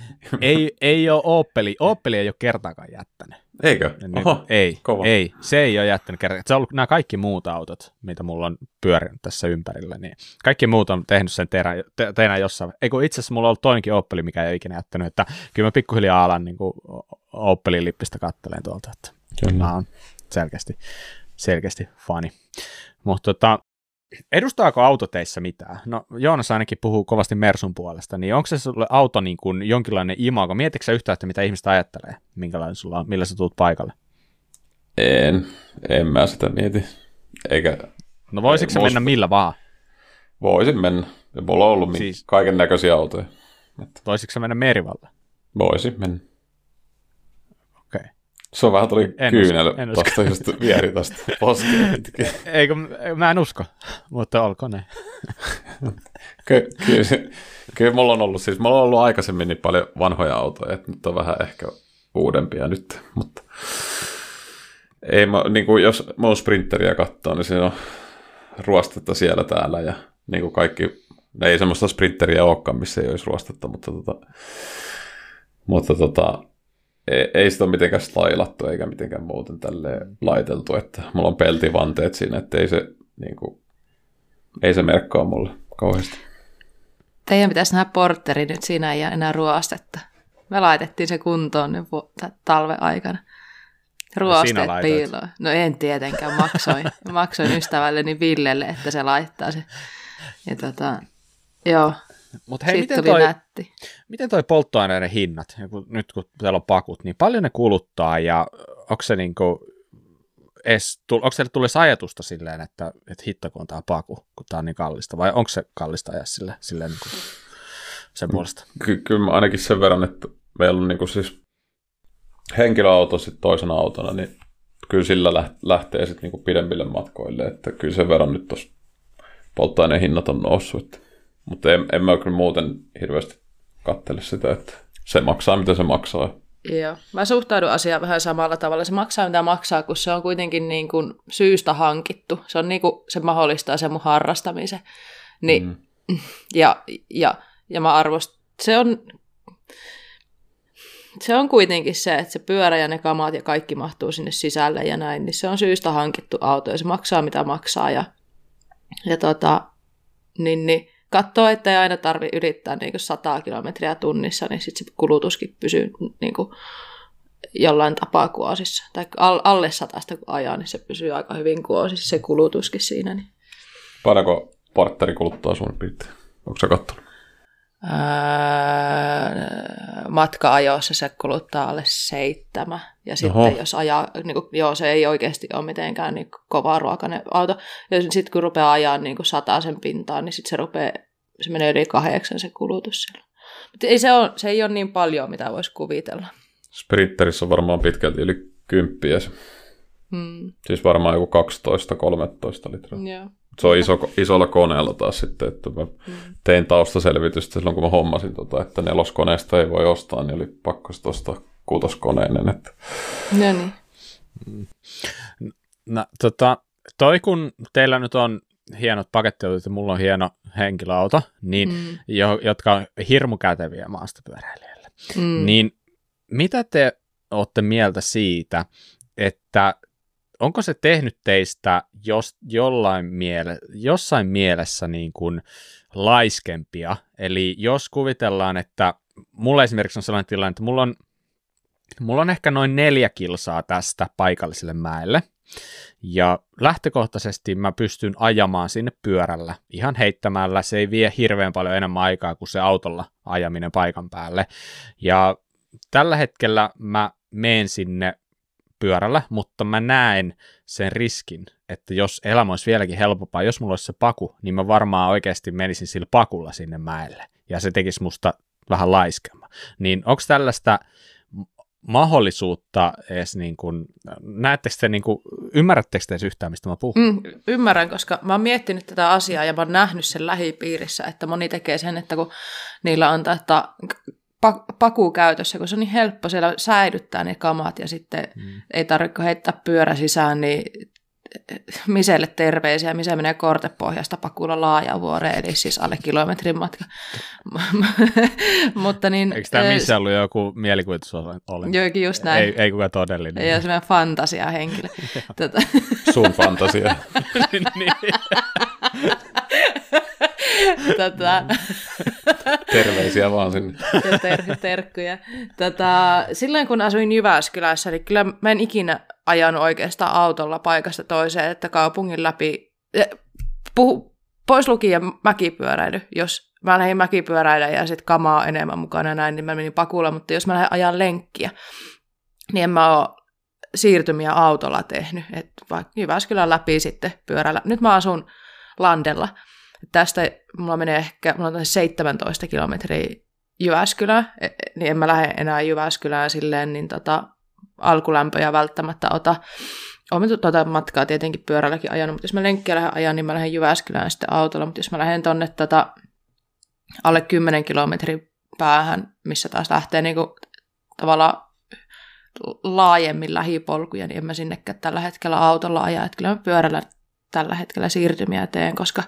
ei ole Opeli ei ole kertaakaan jättänyt. Eikö? Oho, ei, se ei ole jättänyt kerran. Se on ollut nämä kaikki muut autot, mitä mulla on pyörinyt tässä ympärillä, niin kaikki muut on tehnyt sen terän jossain. Eikö itse asiassa mulla on ollut toinenkin Opeli, mikä ei ole ikinä jättänyt, että kyllä mä pikkuhiljaa alan niin kuin Opelin lippistä kattelen tuolta, että mä oon selkeästi fani. Mutta edustaako auto teissä mitään? No Joonas ainakin puhuu kovasti Mersun puolesta, niin onko se sulle auto niin kuin jonkinlainen imago? Mietitkö sä yhtään, että mitä ihmiset ajattelee? Minkälainen sulla on, millä sä tulet paikalle? En mä sitä mieti. No voisitko sä mennä millä vaan? Voisin mennä. Ja mulla on ollut siis, kaiken näköisiä autoja. Voisitko sä mennä Merivalle? Voisi mennä. Okei. Se on vähän tuli kyynel tuosta just vieri tuosta poskeen. Eikö, mä en usko, mutta olkoon ne. Kyllä mulla on ollut, siis mulla on ollut aikaisemmin niin paljon vanhoja autoja, että nyt on vähän ehkä uudempia nyt, mutta ei niin kuin jos mun sprinteriä katsoo, niin siinä on ruostetta siellä täällä ja niin kuin kaikki, ei semmoista sprinteriä olekaan, missä ei olisi ruostetta, mutta ei sitä ole mitenkään stylattu eikä mitenkään muuten tälleen laiteltu, että mulla on peltivanteet siinä, että ei se merkkaa mulle kauheasti. Teidän pitäisi nähdä Porteri nyt, siinä ei enää ruostetta. Me laitettiin se kuntoon nyt talven aikana. Ruosteet piiloon. No en tietenkään, maksoin ystävälleni Villelle, että se laittaa se. Ja joo. Mutta hei, miten toi polttoaineiden hinnat, nyt kun täällä on pakut, niin paljon ne kuluttaa ja onko se onko teille tullut ajatusta silleen, että hitto kun on tämä paku, kun tämä on niin kallista, vai onko se kallista ajaa silleen niin kuin sen puolesta? Kyllä mä ainakin sen verran, että meillä on niin kuin siis henkilöauto sitten toisena autona, niin kyllä sillä lähtee sitten niin kuin pidemmille matkoille, että kyllä sen verran nyt tuossa polttoaineen hinnat on noussut, mutta en mä kyllä muuten hirveästi katsele sitä, että se maksaa mitä se maksaa. Joo, mä suhtaudun asiaan vähän samalla tavalla. Se maksaa mitä maksaa, kun se on kuitenkin niin kuin syystä hankittu. Se on niin kuin, se mahdollistaa sen mun harrastamisen. Niin, ja mä arvostan. Se on kuitenkin se, että se pyörä ja ne kamat ja kaikki mahtuu sinne sisälle ja näin, niin se on syystä hankittu auto ja se maksaa mitä maksaa. Niin katsoo, että ei aina tarvitse ylittää niin 100 kilometriä tunnissa, niin sitten se kulutuskin pysyy niin kuin jollain tapaa kuosissa. Tai alle 100 kun ajaa, niin se pysyy aika hyvin kuosissa, se kulutuskin siinä. Niin. Paljonko Porteri kuluttaa suurin piirtein? Onko sä katsonut? Matka-ajoissa se kuluttaa alle 7. Ja sitten jos ajaa, niin kuin, se ei oikeasti ole mitenkään niin kovaa ruokainen auto. Ja sitten kun rupeaa ajaa niin 100 pintaan, niin sitten se menee yli 8 se kulutus siellä. Mutta se ei ole niin paljon, mitä voisi kuvitella. Sprinterissä on varmaan pitkälti yli 10. Siis varmaan joku 12-13 litraa. Joo. Se on isolla koneella taas sitten, että mä tein taustaselvitystä silloin, kun mä hommasin, että 4-koneesta ei voi ostaa, niin oli pakko sitten ostaa 6-koneinen. Että. No niin. No, toi kun teillä nyt on hienot pakettiautot ja mulla on hieno henkilöauto, niin, jotka on hirmu käteviä maastopyöräilijöille, niin mitä te olette mieltä siitä, että onko se tehnyt teistä jossain mielessä niin kuin laiskempia? Eli jos kuvitellaan, että mulla esimerkiksi on sellainen tilanne, että mulla on ehkä noin 4 kilsaa tästä paikalliselle mäelle, ja lähtökohtaisesti mä pystyn ajamaan sinne pyörällä ihan heittämällä. Se ei vie hirveän paljon enemmän aikaa kuin se autolla ajaminen paikan päälle. Ja tällä hetkellä mä menen sinne pyörällä, mutta mä näen sen riskin, että jos elämä olisi vieläkin helpompaa, jos mulla olisi se paku, niin mä varmaan oikeasti menisin sillä pakulla sinne mäelle, ja se tekisi musta vähän laiskemma. Niin onko tällaista mahdollisuutta edes, niin kuin, näettekö te, niin kuin, ymmärrättekö te edes yhtään, mistä mä puhun? Ymmärrän, koska mä oon miettinyt tätä asiaa, ja mä oon nähnyt sen lähipiirissä, että moni tekee sen, että kun niillä on paku käytössä, kun se on niin helppo siellä säilyttää ne kamat ja sitten ei tarvitse heittää pyörä sisään, niin Miselle terveisiä. Mise menee Kortepohjasta pakulla Laajavuoreen, eli siis alle kilometrin matka. Mutta niin, eikö tämä missä ollut joku mielikuvitus ollenkaan? Jokin just näin. Ei kukaan todellinen. Ei ole semmoinen fantasiahenkilö. Sun fantasia. Niin. Terveisiä vaan sinne. Ja terkkuja. Silloin kun asuin Jyväskylässä, niin kyllä mä en ikinä ajanut oikeastaan autolla paikasta toiseen, että kaupungin läpi, pois lukien mäkipyöräily, jos mä lähdin mäkipyöräilemään ja sitten kamaa enemmän mukana näin, niin mä menin pakulla, mutta jos mä lähden ajan lenkkiä, niin en mä ole siirtymiä autolla tehnyt, että vaikka Jyväskylän läpi sitten pyörällä. Nyt mä asun Landella, Tästä mulla on 17 kilometriä Jyväskylään, niin en mä lähde enää Jyväskylään silleen, niin alkulämpöjä välttämättä ota. Olen tuota matkaa tietenkin pyörälläkin ajanut, mutta jos mä lenkkiä lähden ajan, niin mä lähden Jyväskylään sitten autolla, mutta jos mä lähden tonne alle 10 kilometrin päähän, missä taas lähtee niinku tavallaan laajemmin lähipolkuja, niin en mä sinnekään tällä hetkellä autolla ajaa. Että kyllä mä pyörällä tällä hetkellä siirtymiä teen, koska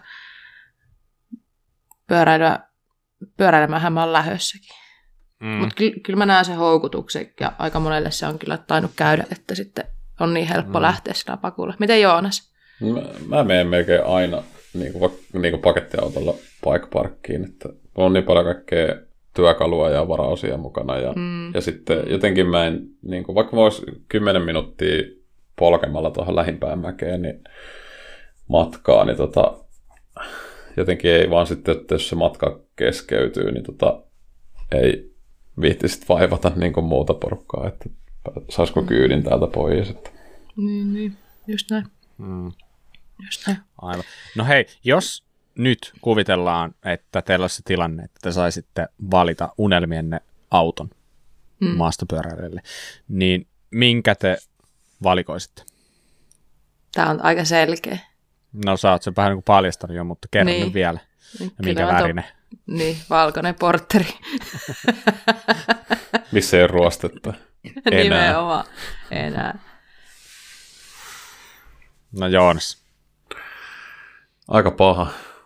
pyöräilemähän mä oon lähössäkin. Mutta kyllä mä näen sen houkutuksen, ja aika monelle se on kyllä tainnut käydä, että sitten on niin helppo lähteä sillä pakulla. Miten Joonas? Mä menen melkein aina niin kuin pakettiautolla bike-parkkiin, että on niin paljon kaikkea työkalua ja varaosia mukana. Ja sitten jotenkin mä en, niin kuin, vaikka mä olisi 10 minuuttia polkemalla tuohon lähimpään mäkeen niin matkaa, niin jotenkin ei vaan sitten, että jos se matka keskeytyy, niin ei viitti sitten vaivata niin kuin muuta porukkaa, että saisiko kyydin täältä pois. Että. Niin, just näin. Just näin. Aivan. No hei, jos nyt kuvitellaan, että teillä olisi se tilanne, että te saisitte valita unelmienne auton maastopyöräilijälle, niin minkä te valikoisitte? Tämä on aika selkeä. No sä oot sen vähän niin kuin paljastanut jo, mutta kerro nyt vielä. Ja minkä värinen? Niin, valkoinen portteri. Missä ei ole ruostetta? Nimenomaan. Enää. No Joonas. Aika paha.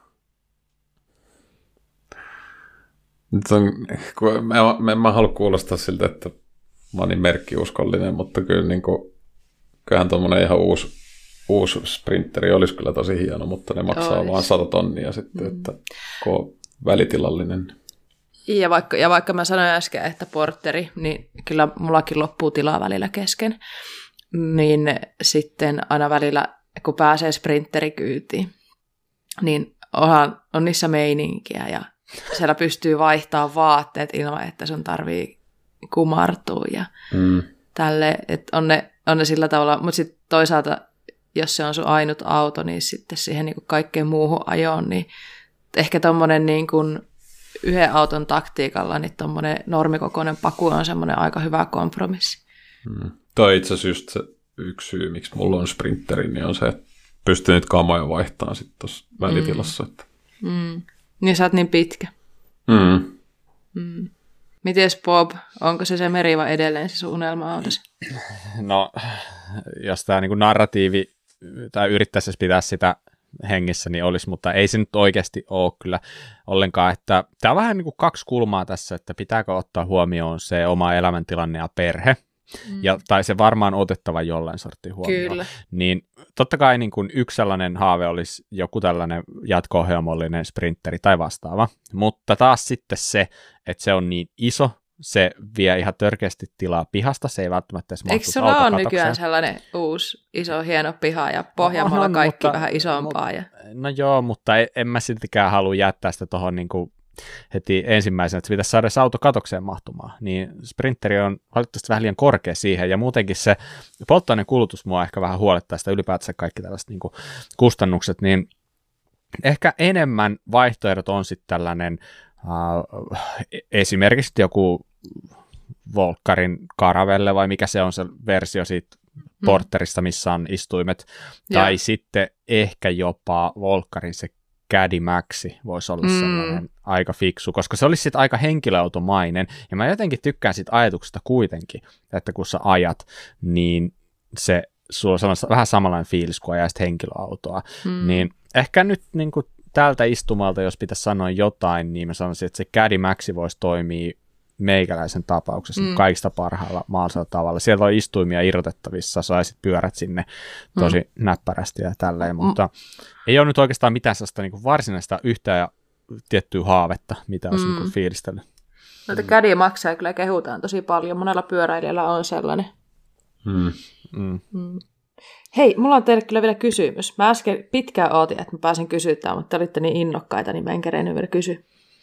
Nyt on, mä halua kuulostaa siltä, että mä oon niin merkkiuskollinen, mutta kyllä niin kuin, kyllähän tuommoinen ihan uusi sprinteri olisi kyllä tosi hieno, mutta ne maksaa vaan 100 tonnia sitten, että kun on välitilallinen. Ja vaikka mä sanoin äsken, että portteri, niin kyllä mullakin loppuu tilaa välillä kesken. Niin sitten aina välillä, kun pääsee sprinterikyytiin, niin on niissä meininkiä ja siellä pystyy vaihtamaan vaatteet ilman, että sun tarvii kumartua ja tälle, että on ne sillä tavalla, mutta sitten toisaalta, jos se on sun ainut auto, niin sitten siihen niin kuin kaikkeen muuhun ajoon, niin ehkä tommonen niin kuin yhden auton taktiikalla, niin tommonen normikokoinen paku on semmoinen aika hyvä kompromissi. Toi itse asiassa just se yksi syy, miksi mulla on sprinteri, niin on se, että pystyy nyt kamoja vaihtamaan sitten tuossa välitilassa. Että. Niin sä oot niin pitkä. Mites Bob, onko se Meriva edelleen se sun unelma-autosi? No, jos tämä niinku narratiivi, tai yrittäisi pitää sitä hengissä, niin olisi, mutta ei se nyt oikeasti ole kyllä ollenkaan. Että tämä on vähän niin kuin kaksi kulmaa tässä, että pitääkö ottaa huomioon se oma elämäntilanne ja perhe, tai se varmaan otettava jollain sortin huomioon. Kyllä. Niin totta kai niin kuin yksi sellainen haave olisi joku tällainen jatko-ohjelmollinen sprinteri tai vastaava, mutta taas sitten se, että se on niin iso, se vie ihan törkeästi tilaa pihasta, se ei välttämättä edes mahtu autokatokseen. Eikö sulla ole nykyään sellainen uusi, iso, hieno piha ja Pohjanmaalla kaikki mutta, vähän isompaa? No joo, mutta en mä siltikään halua jättää sitä tuohon niin kuin heti ensimmäisenä, että se pitäisi saada autokatokseen mahtumaan, niin sprinteri on valitettavasti vähän liian korkea siihen, ja muutenkin se polttoaineen kulutus mua ehkä vähän huolettaa sitä ylipäätänsä kaikki tällaiset niin kuin kustannukset, niin ehkä enemmän vaihtoehdot on sitten tällainen esimerkiksi joku Volkkarin Caravelle, vai mikä se on se versio siitä Porterista, missä on istuimet, tai sitten ehkä jopa Volkkarin se Caddy Maxi voisi olla sellainen aika fiksu, koska se olisi sitten aika henkilöautomainen, ja mä jotenkin tykkään siitä ajatuksesta kuitenkin, että kun sä ajat, niin sulla on vähän samanlainen fiilis, kun ajaisit henkilöautoa, niin ehkä nyt niin kuin tältä istumalta, jos pitäisi sanoa jotain, niin mä sanoisin, että se Caddy Maxi voisi toimia meikäläisen tapauksessa kaikista parhaalla mahdollisella tavalla. Sieltä on istuimia irrotettavissa, saisit pyörät sinne tosi näppärästi ja tälleen, mutta ei ole nyt oikeastaan mitään sellaista niin kuin varsinaista yhtä ja tiettyä haavetta, mitä olisi niin kuin fiilistellyt. Noita Caddy Maxia kyllä kehutaan tosi paljon. Monella pyöräilijällä on sellainen. Hei, mulla on teille kyllä vielä kysymys. Mä äsken pitkään ootin, että mä pääsen kysytään, mutta te olitte niin innokkaita, niin mä en kerennyt vielä kysyä.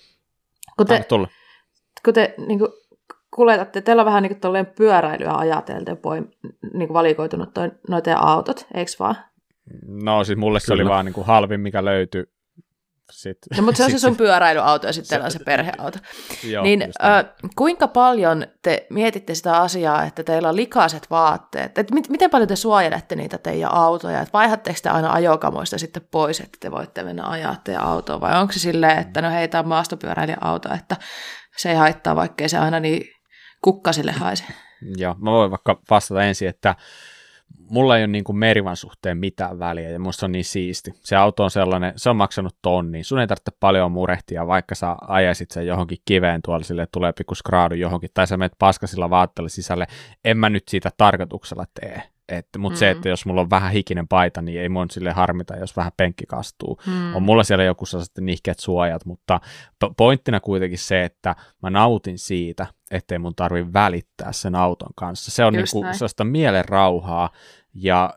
Kun te niin kuin, kuljetatte, teillä on vähän niin kuin pyöräilyä ajateltu, niin kuin valikoitunut noita autot, eikö vaan? No siis mulle se oli vaan niin kuin halvin, mikä löytyi No, mutta se on se sun pyöräilyauto ja sitten teillä on se perheauto. Joo, niin kuinka paljon te mietitte sitä asiaa, että teillä on likaiset vaatteet? Et miten paljon te suojelette niitä teidän autoja? Et vaihdatteko te aina ajokamoista sitten pois, että te voitte mennä ajaa teidän autoa? Vai onko se silleen, että no hei, tämä on maastopyöräilijän auto, että se ei haittaa, vaikkei se aina niin kukkasille haise? Joo, mä voin vaikka vastata ensin, että mulla ei ole niin kuin Merivan suhteen mitään väliä, ja musta se on niin siisti. Se auto on sellainen, se on maksanut tonnin. Sun ei tarvitse paljon murehtia, vaikka sä ajaisit sen johonkin kiveen tuolla, sille tulee pikku skraadu johonkin, tai sä menet paskasilla vaatteilla sisälle. En mä nyt siitä tarkoituksella tee. Mutta se, että jos mulla on vähän hikinen paita, niin ei mun sille harmita, jos vähän penkki kastuu. On mulla siellä joku sellaiset nihkeät suojat, mutta pointtina kuitenkin se, että mä nautin siitä, ettei mun tarvitse välittää sen auton kanssa. Se on niinku sellaista mielen rauhaa, ja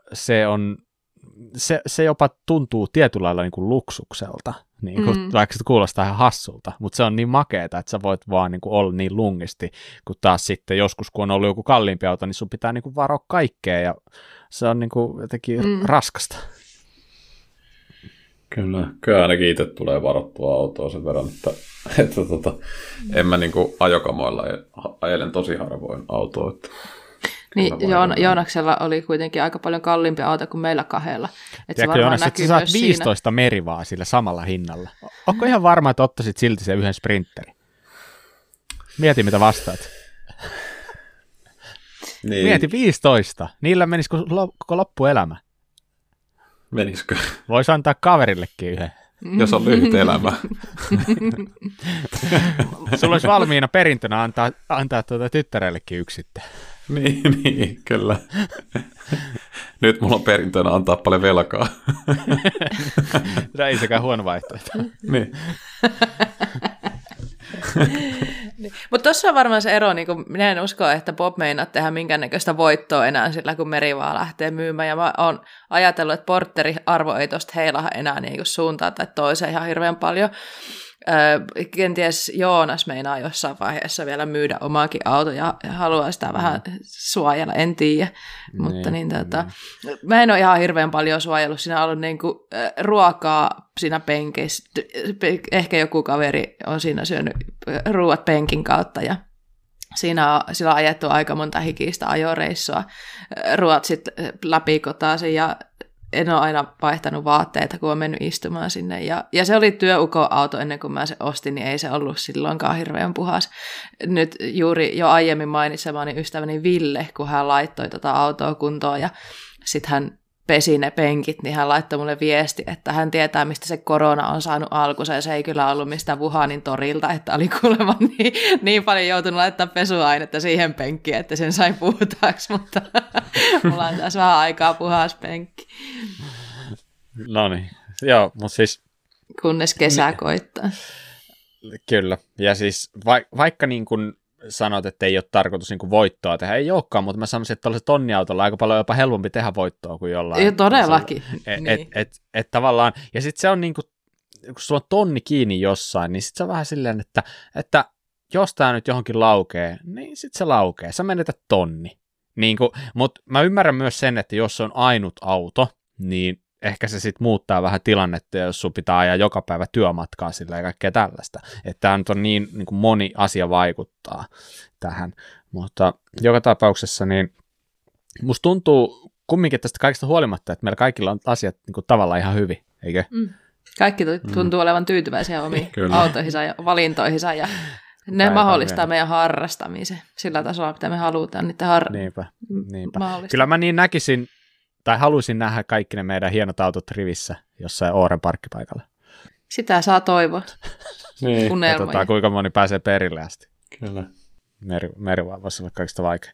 se jopa tuntuu tietyllä lailla niinku luksukselta, niinku, vaikka se kuulostaa ihan hassulta, mutta se on niin makeeta, että sä voit vaan niinku olla niin lungisti, kun taas sitten joskus, kun on ollut joku kalliimpi auto, niin sun pitää niinku varoa kaikkea, ja se on niinku jotenkin raskasta. Kyllä ainakin itse tulee varattua autoa sen verran, että en mä niinku ajokamoilla ajelen tosi harvoin autoa. Että niin, Joonaksella oli kuitenkin aika paljon kalliimpi auto kuin meillä kahdella. Tiedätkö, Joonas, että sä saat 15 Merivaa sillä samalla hinnalla. Onko ihan varma, että ottaisit silti sen yhden sprinterin? Mieti, mitä vastaat. Niin. Mieti 15. Niillä menisi koko loppuelämä. Menisikö? Voisi antaa kaverillekin yhden. Jos on lyhyt elämä. Sulla olisi valmiina perintönä antaa tyttärellekin yksi sitten. Niin, kyllä. Nyt mulla on perintönä antaa paljon velkaa. Ei sekään huono vaihtoehto. Niin. Mutta tuossa on varmaan se ero, niin kun minä en usko, että Bob meinaa tehdä minkäännäköistä voittoa enää sillä, kun Merivaa lähtee myymään, ja mä oon ajatellut, että Porterin arvo ei tuosta heilaha enää niin suuntaan tai toiseen ihan hirveän paljon. Kenties Joonas meinaa jossain vaiheessa vielä myydä omaakin auto ja haluaa sitä vähän suojella, en tiedä. Mutta mä en ole ihan hirveän paljon suojellut. Siinä on ollut niinku ruokaa siinä penkissä. Ehkä joku kaveri on siinä syönyt ruuat penkin kautta ja sillä on ajettu aika monta hikistä ajoreissua ruoat sitten läpi kotaisin ja en ole aina vaihtanut vaatteita, kun olen mennyt istumaan sinne. Ja se oli työukon auto ennen kuin mä se ostin, niin ei se ollut silloinkaan hirveän puhas. Nyt juuri jo aiemmin mainitsemani ystäväni Ville, kun hän laittoi autoa kuntoon ja sitten hän pesi ne penkit, niin hän laittoi mulle viesti, että hän tietää, mistä se korona on saanut alkunsa, ja se ei kyllä ollut mistään Wuhanin torilta, että oli kuulemma niin paljon joutunut laittaa pesuainetta siihen penkkiin, että sen sai puhtaaksi, mutta mulla on tässä vähän aikaa puhas penkki. No niin, joo, mutta siis... Kunnes kesä koittaa. Kyllä, ja siis vaikka niin kuin sanot, että ei ole tarkoitus niin kuin voittoa tehdä, ei olekaan, mutta mä sanoisin, että tuollaisella tonniautolla on aika paljon jopa helpompi tehdä voittoa kuin jollain. Ja todellakin. Et tavallaan, ja sitten se on niin kuin, kun sulla on tonni kiinni jossain, niin sitten se on vähän silleen, että jos tää nyt johonkin laukee, niin sitten se laukee, sä menetät tonni. Niin mutta mä ymmärrän myös sen, että jos se on ainut auto, niin ehkä se sitten muuttaa vähän tilannetta, jos sun pitää ajaa joka päivä työmatkaa sillä ja kaikkea tällaista. Että tämä nyt on niin kuin moni asia vaikuttaa tähän. Mutta joka tapauksessa niin musta tuntuu kumminkin tästä kaikesta huolimatta, että meillä kaikilla on asiat niin kuin tavallaan ihan hyvin, eikö? Kaikki tuntuu olevan tyytyväisiä omiin autoihinsa ja valintoihinsa ja ne mahdollistaa meidän harrastamisen sillä tasolla, mitä me halutaan niitä Niinpä. Kyllä mä niin näkisin, tai haluaisin nähdä kaikki ne meidän hienot autot rivissä jossain Ooren parkkipaikalla. Sitä saa toivoa. Niin. Katsotaan, kuinka moni pääsee perille asti. Kyllä. Meriva voisi olla kaikista vaikea.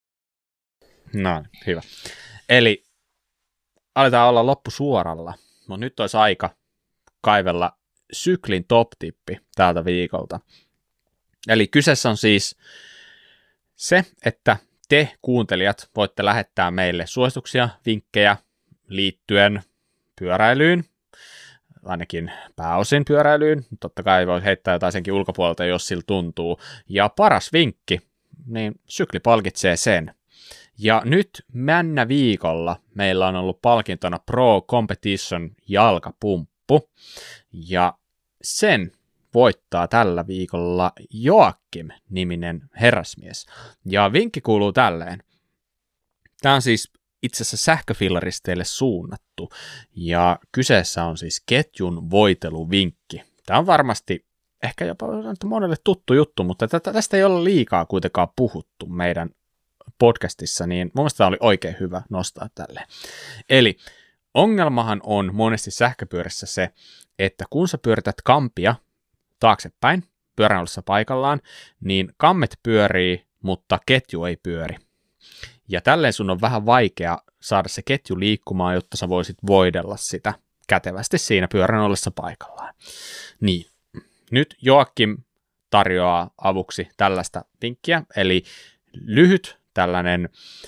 No, hyvä. Eli aletaan olla loppusuoralla. No nyt olisi aika kaivella syklin top-tippi tältä viikolta. Eli kyseessä on siis se, että te kuuntelijat voitte lähettää meille suosituksia, vinkkejä liittyen pyöräilyyn, ainakin pääosin pyöräilyyn. Totta kai voi heittää jotain senkin ulkopuolelta, jos sillä tuntuu. Ja paras vinkki, niin sykli palkitsee sen. Ja nyt männä viikolla meillä on ollut palkintona Pro Competition jalkapumppu. Ja sen voittaa tällä viikolla Joakim-niminen herrasmies. Ja vinkki kuuluu tälleen. Tämä on siis itse asiassa sähköfillaristeille suunnattu, ja kyseessä on siis ketjun voiteluvinkki. Tämä on varmasti ehkä jopa monelle tuttu juttu, mutta tästä ei ole liikaa kuitenkaan puhuttu meidän podcastissa, niin mun mielestä tämä oli oikein hyvä nostaa tälleen. Eli ongelmahan on monesti sähköpyörässä se, että kun sä pyörität kampia taaksepäin pyörän ollessa paikallaan, niin kammet pyörii, mutta ketju ei pyöri. Ja tälleen sun on vähän vaikea saada se ketju liikkumaan, jotta sä voisit voidella sitä kätevästi siinä pyörän ollessa paikallaan. Niin, nyt Joakim tarjoaa avuksi tällaista vinkkiä, eli lyhyt tällainen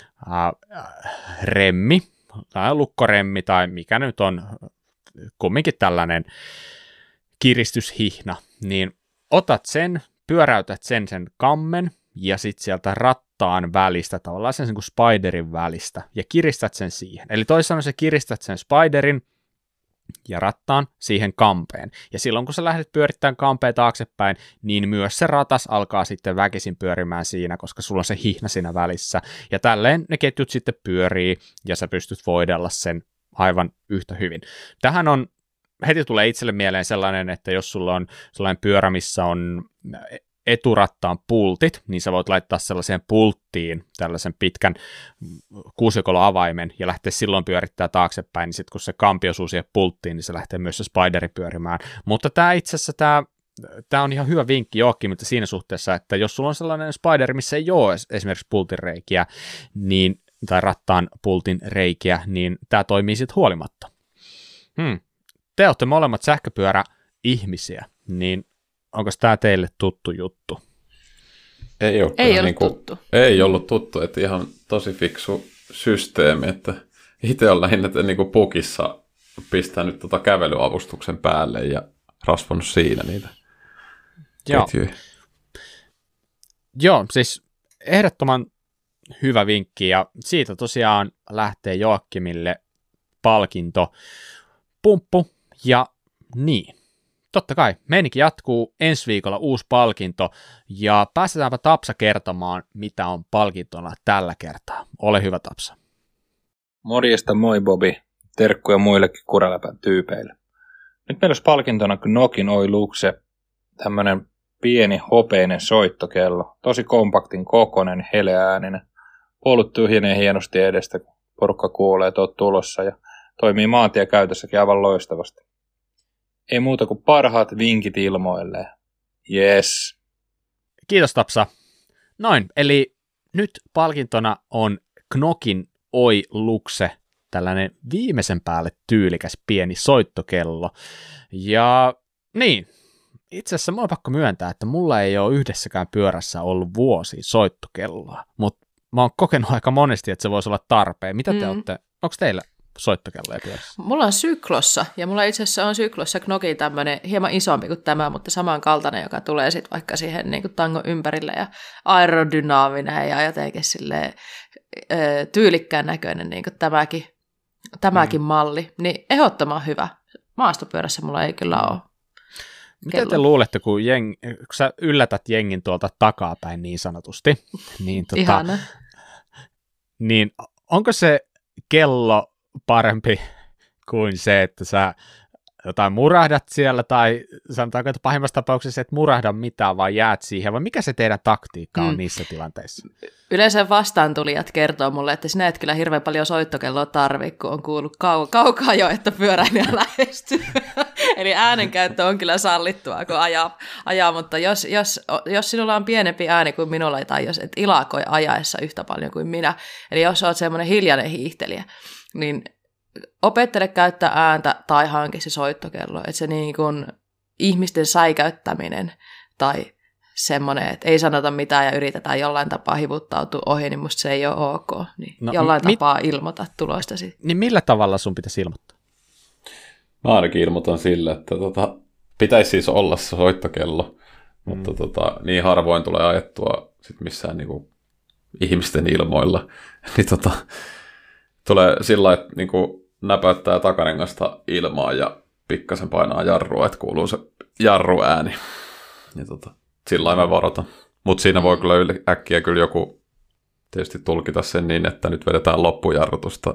remmi, tai lukkoremmi, tai mikä nyt on kumminkin tällainen kiristyshihna, niin otat sen, pyöräytät sen kammen, ja sitten sieltä rattaan välistä, tavallaan sen kuin spiderin välistä, ja kiristät sen siihen. Eli toisin sanoen sä kiristät sen spiderin ja rattaan siihen kampeen. Ja silloin kun sä lähdet pyörittämään kampea taaksepäin, niin myös se ratas alkaa sitten väkisin pyörimään siinä, koska sulla on se hihna siinä välissä. Ja tälleen ne ketjut sitten pyörii, ja sä pystyt voidella sen aivan yhtä hyvin. Tähän on, heti tulee itselle mieleen sellainen, että jos sulla on sellainen pyörä, missä on eturattaan pultit, niin sä voit laittaa sellaiseen pulttiin tällaisen pitkän kuusikoloavaimen ja lähteä silloin pyörittää taaksepäin, niin sitten kun se kampi osuu siihen pulttiin, niin se lähtee myös se spideri pyörimään. Mutta tämä itse asiassa, tämä on ihan hyvä vinkki Joakimilta siinä suhteessa, että jos sulla on sellainen spideri, missä ei ole esimerkiksi pultin reikiä, niin, tai rattaan pultin reikiä, niin tämä toimii sitten huolimatta. Te olette molemmat sähköpyöräihmisiä, niin onko tämä teille tuttu juttu? Ei ollut tuttu. Ei ollut tuttu, että ihan tosi fiksu systeemi, että itse olen lähinnä niin kuin pukissa pistänyt kävelyavustuksen päälle ja rasvannut siinä niitä ketjuja. Joo, siis ehdottoman hyvä vinkki, ja siitä tosiaan lähtee Joakimille palkinto, pumppu, ja niin. Totta kai, meininki jatkuu, ensi viikolla uusi palkinto, ja päästetäänpä Tapsa kertomaan, mitä on palkintona tällä kertaa. Ole hyvä, Tapsa. Morjesta, moi Bobi. Terkkuja muillekin Kuraläpän tyypeille. Nyt meillä olisi palkintona Knokin Oi Luxe, tämmönen pieni hopeinen soittokello, tosi kompaktin kokoinen, heleääninen. Poolut tyhjenee hienosti edestä, kun porukka kuulee, että oot tulossa, ja toimii maantiekäytössäkin aivan loistavasti. Ei muuta kuin parhaat vinkit ilmoilleen. Yes. Kiitos, Tapsa. Noin, eli nyt palkintona on Knokin Oi Luxe, tällainen viimeisen päälle tyylikäs pieni soittokello. Ja niin, itse asiassa mulla on pakko myöntää, että mulla ei ole yhdessäkään pyörässä ollut vuosia soittokelloa, mutta mä oon kokenut aika monesti, että se voisi olla tarpeen. Mitä te olette, onko teillä soittokelloja pyörässä? Mulla on Syklossa, ja mulla itse asiassa on Syklossa Knokin tämmöinen hieman isompi kuin tämä, mutta samankaltainen, joka tulee sitten vaikka siihen niin kuin tangon ympärille, ja aerodynaaminen ja jotenkin silleen tyylikkään näköinen, niin kuin tämäkin malli, niin ehdottoman hyvä. Maastopyörässä mulla ei kyllä ole. Mitä te luulette, kun sä yllätät jengin tuolta takapäin niin sanotusti, niin onko se kello parempi kuin se, että sä jotain murahdat siellä, tai sanotaanko, että pahimmassa tapauksessa et murahda mitään, vaan jäät siihen, vai mikä se teidän taktiikka on niissä tilanteissa? Yleensä vastaantulijat kertoo mulle, että sinä et kyllä hirveän paljon soittokelloa tarvitse, kun on kuullut kaukaa jo, että pyöräilijä lähestyy. Eli äänenkäyttö on kyllä sallittua, kun ajaa, mutta jos sinulla on pienempi ääni kuin minulla, tai jos et ilakoi ajaessa yhtä paljon kuin minä, eli jos olet semmoinen hiljainen hiihtelijä, niin opettele käyttää ääntä tai hanki se soittokello, että se niin kuin ihmisten säikäyttäminen tai semmoinen, että ei sanota mitään ja yritetään jollain tapaa hivuttautua ohi, niin musta se ei ole ok. Niin jollain tapaa ilmoita tulostasi. Niin millä tavalla sun pitäisi ilmoittaa? Mä ainakin ilmoitan sillä, että pitäisi siis olla se soittokello, mutta niin harvoin tulee ajettua sit missään niinku ihmisten ilmoilla. Niin tulee sillä, että niinku näpäyttää takarengasta ilmaa ja pikkasen painaa jarrua, että kuuluu se jarruääni. Ja sillä mä varoitan. Mutta siinä voi kyllä äkkiä kyllä joku tietysti tulkita sen niin, että nyt vedetään loppujarrutusta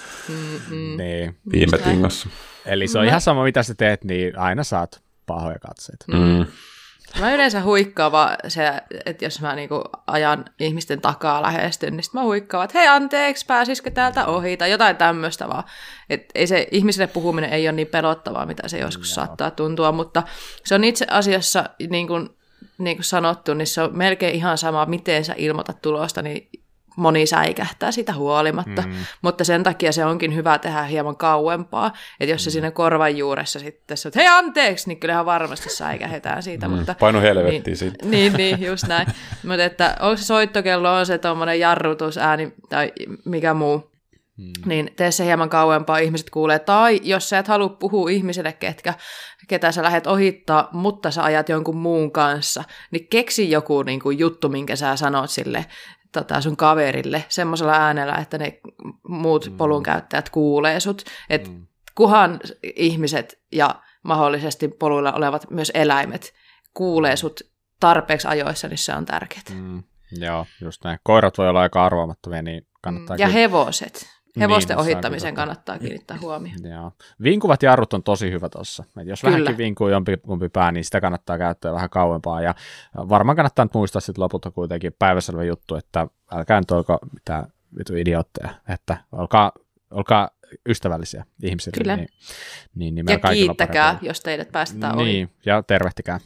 Niin. viime tingossa. Eli se on ihan sama, mitä sä teet, niin aina saat pahoja katseita. Mä yleensä huikkaan vaan se, että jos mä niinku ajan ihmisten takaa lähestyn, niin sit mä huikkaan, että hei anteeksi, pääsisikö täältä ohi, tai jotain tämmöistä vaan. Että ei se ihmisille puhuminen ei ole niin pelottavaa, mitä se joskus saattaa tuntua, mutta se on itse asiassa, niin kuin sanottu, niin se on melkein ihan sama, miten sä ilmoitat tulosta, niin moni säikähtää sitä huolimatta, mutta sen takia se onkin hyvä tehdä hieman kauempaa, että jos se siinä korvan juuressa sitten, että hei anteeksi, niin kyllähän varmasti säikähetään siitä. Mutta, painu helvettiin siitä. Niin, just näin. Mutta että onko se soittokello, on se tuommoinen jarrutusääni tai mikä muu, niin tee se hieman kauempaa, ihmiset kuulee. Tai jos sä et halua puhua ihmisille, ketä sä lähdet ohittaa, mutta sä ajat jonkun muun kanssa, niin keksi joku niin kuin juttu, minkä sä sanot sille sun kaverille semmoisella äänellä, että ne muut polunkäyttäjät kuulee sut. Et kuhan ihmiset ja mahdollisesti poluilla olevat myös eläimet kuulee sut tarpeeksi ajoissa, niin se on tärkeää. Joo, just näin. Koirat voi olla aika arvaamattomia, niin kannattaa... Ja hevoset. Hevosten niin, ohittamisen kannattaa kiinnittää huomioon. Joo. Vinkuvat jarrut on tosi hyvä tuossa. Jos vähänkin vinkuu jompikumpi pää, niin sitä kannattaa käyttää vähän kauempaa. Ja varmaan kannattaa nyt muistaa sitten lopulta kuitenkin päiväselvä juttu, että älkää nyt olko mitään vitu idiootteja, että olkaa ystävällisiä ihmisille. Kyllä. Niin ja kiittäkää, jos teidät päästetään ohi. Niin, ja tervehtikää.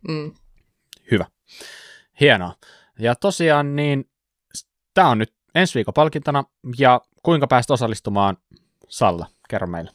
Hyvä. Hienoa. Ja tosiaan niin tämä on nyt ensi viikon palkintana, ja kuinka pääst osallistumaan, Salla? Kerro meille.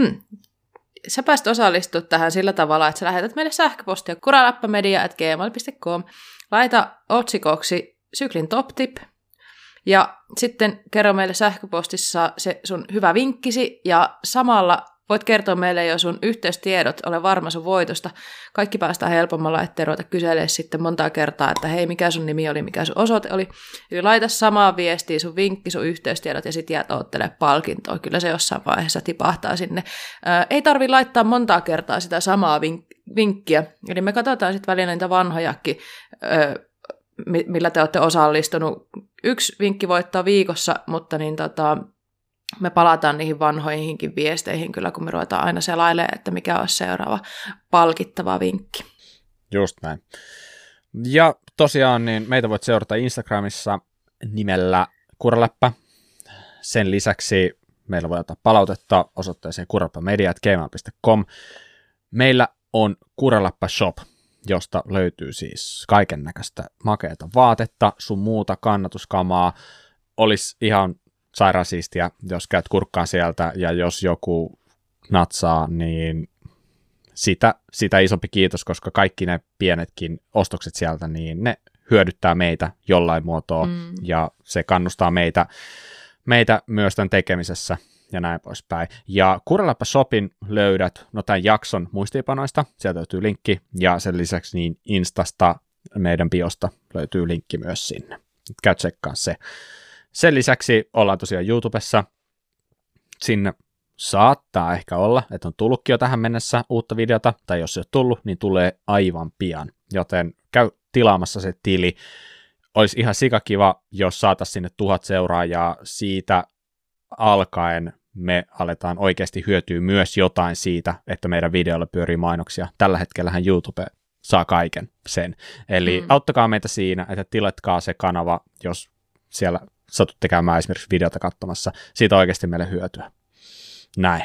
Sä pääst osallistumaan tähän sillä tavalla, että sä lähetät meille sähköpostia kuraläppämedia@gmail.com, laita otsikoksi syklin top tip, ja sitten kerro meille sähköpostissa se sun hyvä vinkkisi, ja samalla voit kertoa meille jo sun yhteystiedot, ole varma sun voitosta. Kaikki päästään helpommalla, ettei ruveta kyselemään sitten montaa kertaa, että hei, mikä sun nimi oli, mikä sun osoite oli. Eli laita samaa viestiä, sun vinkki, sun yhteystiedot, ja sitten jäät oottelemaan palkintoa. Kyllä se jossain vaiheessa tipahtaa sinne. Ei tarvitse laittaa montaa kertaa sitä samaa vinkkiä. Eli me katsotaan sitten välillä niitä vanhojakin, millä te olette osallistunut. 1 vinkki voittaa viikossa, mutta niin me palataan niihin vanhoihinkin viesteihin kyllä, kun me ruvetaan aina selailemaan, että mikä olisi seuraava palkittava vinkki. Just näin. Ja tosiaan niin meitä voit seurata Instagramissa nimellä Kuraläppä. Sen lisäksi meillä voi ottaa palautetta osoitteeseen kuraläppämedia@gmail.com. Meillä on Kuraläppä Shop, josta löytyy siis kaiken näköistä makeata vaatetta, sun muuta kannatuskamaa. Olisi ihan sairaan siistiä, jos käyt kurkkaan sieltä, ja jos joku natsaa, niin sitä isompi kiitos, koska kaikki ne pienetkin ostokset sieltä, niin ne hyödyttää meitä jollain muotoa, ja se kannustaa meitä myös tämän tekemisessä, ja näin poispäin. Ja Kuraläppä Shopin löydät tämän jakson muistiinpanoista, sieltä löytyy linkki, ja sen lisäksi niin Instasta, meidän biosta löytyy linkki myös sinne. Käy tsekkaan se. Sen lisäksi ollaan tosiaan YouTubessa. Sinne saattaa ehkä olla, että on tullutkin jo tähän mennessä uutta videota, tai jos se on tullut, niin tulee aivan pian. Joten käy tilaamassa se tili. Olisi ihan sikakiva, jos saataisiin sinne 1000 seuraajaa. Siitä alkaen me aletaan oikeasti hyötyä myös jotain siitä, että meidän videolla pyörii mainoksia. Tällä hetkellähän YouTube saa kaiken sen. Eli auttakaa meitä siinä, että tilatkaa se kanava, jos siellä satut tekemään esimerkiksi videota katsomassa. Siitä on oikeasti meille hyötyä. Näin.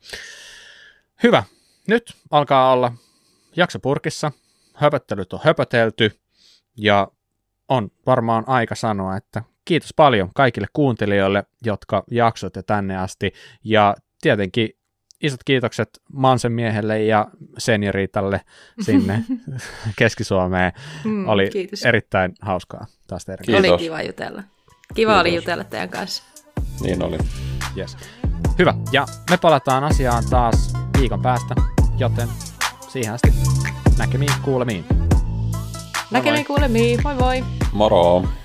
Hyvä. Nyt alkaa olla jakso purkissa. Höpöttelyt on höpötelty. Ja on varmaan aika sanoa, että kiitos paljon kaikille kuuntelijoille, jotka jaksoitte tänne asti. Ja tietenkin isot kiitokset Mansen miehelle ja Senioritalle sinne Keski-Suomeen. Oli kiitos. Erittäin hauskaa taas teidän. Oli kiva jutella. Kiva oli jutella teidän kanssa. Niin oli. Yes. Hyvä. Ja me palataan asiaan taas viikon päästä, joten siihen asti näkemiin kuulemiin. Näkemiin kuulemiin. Moi moi. Moro.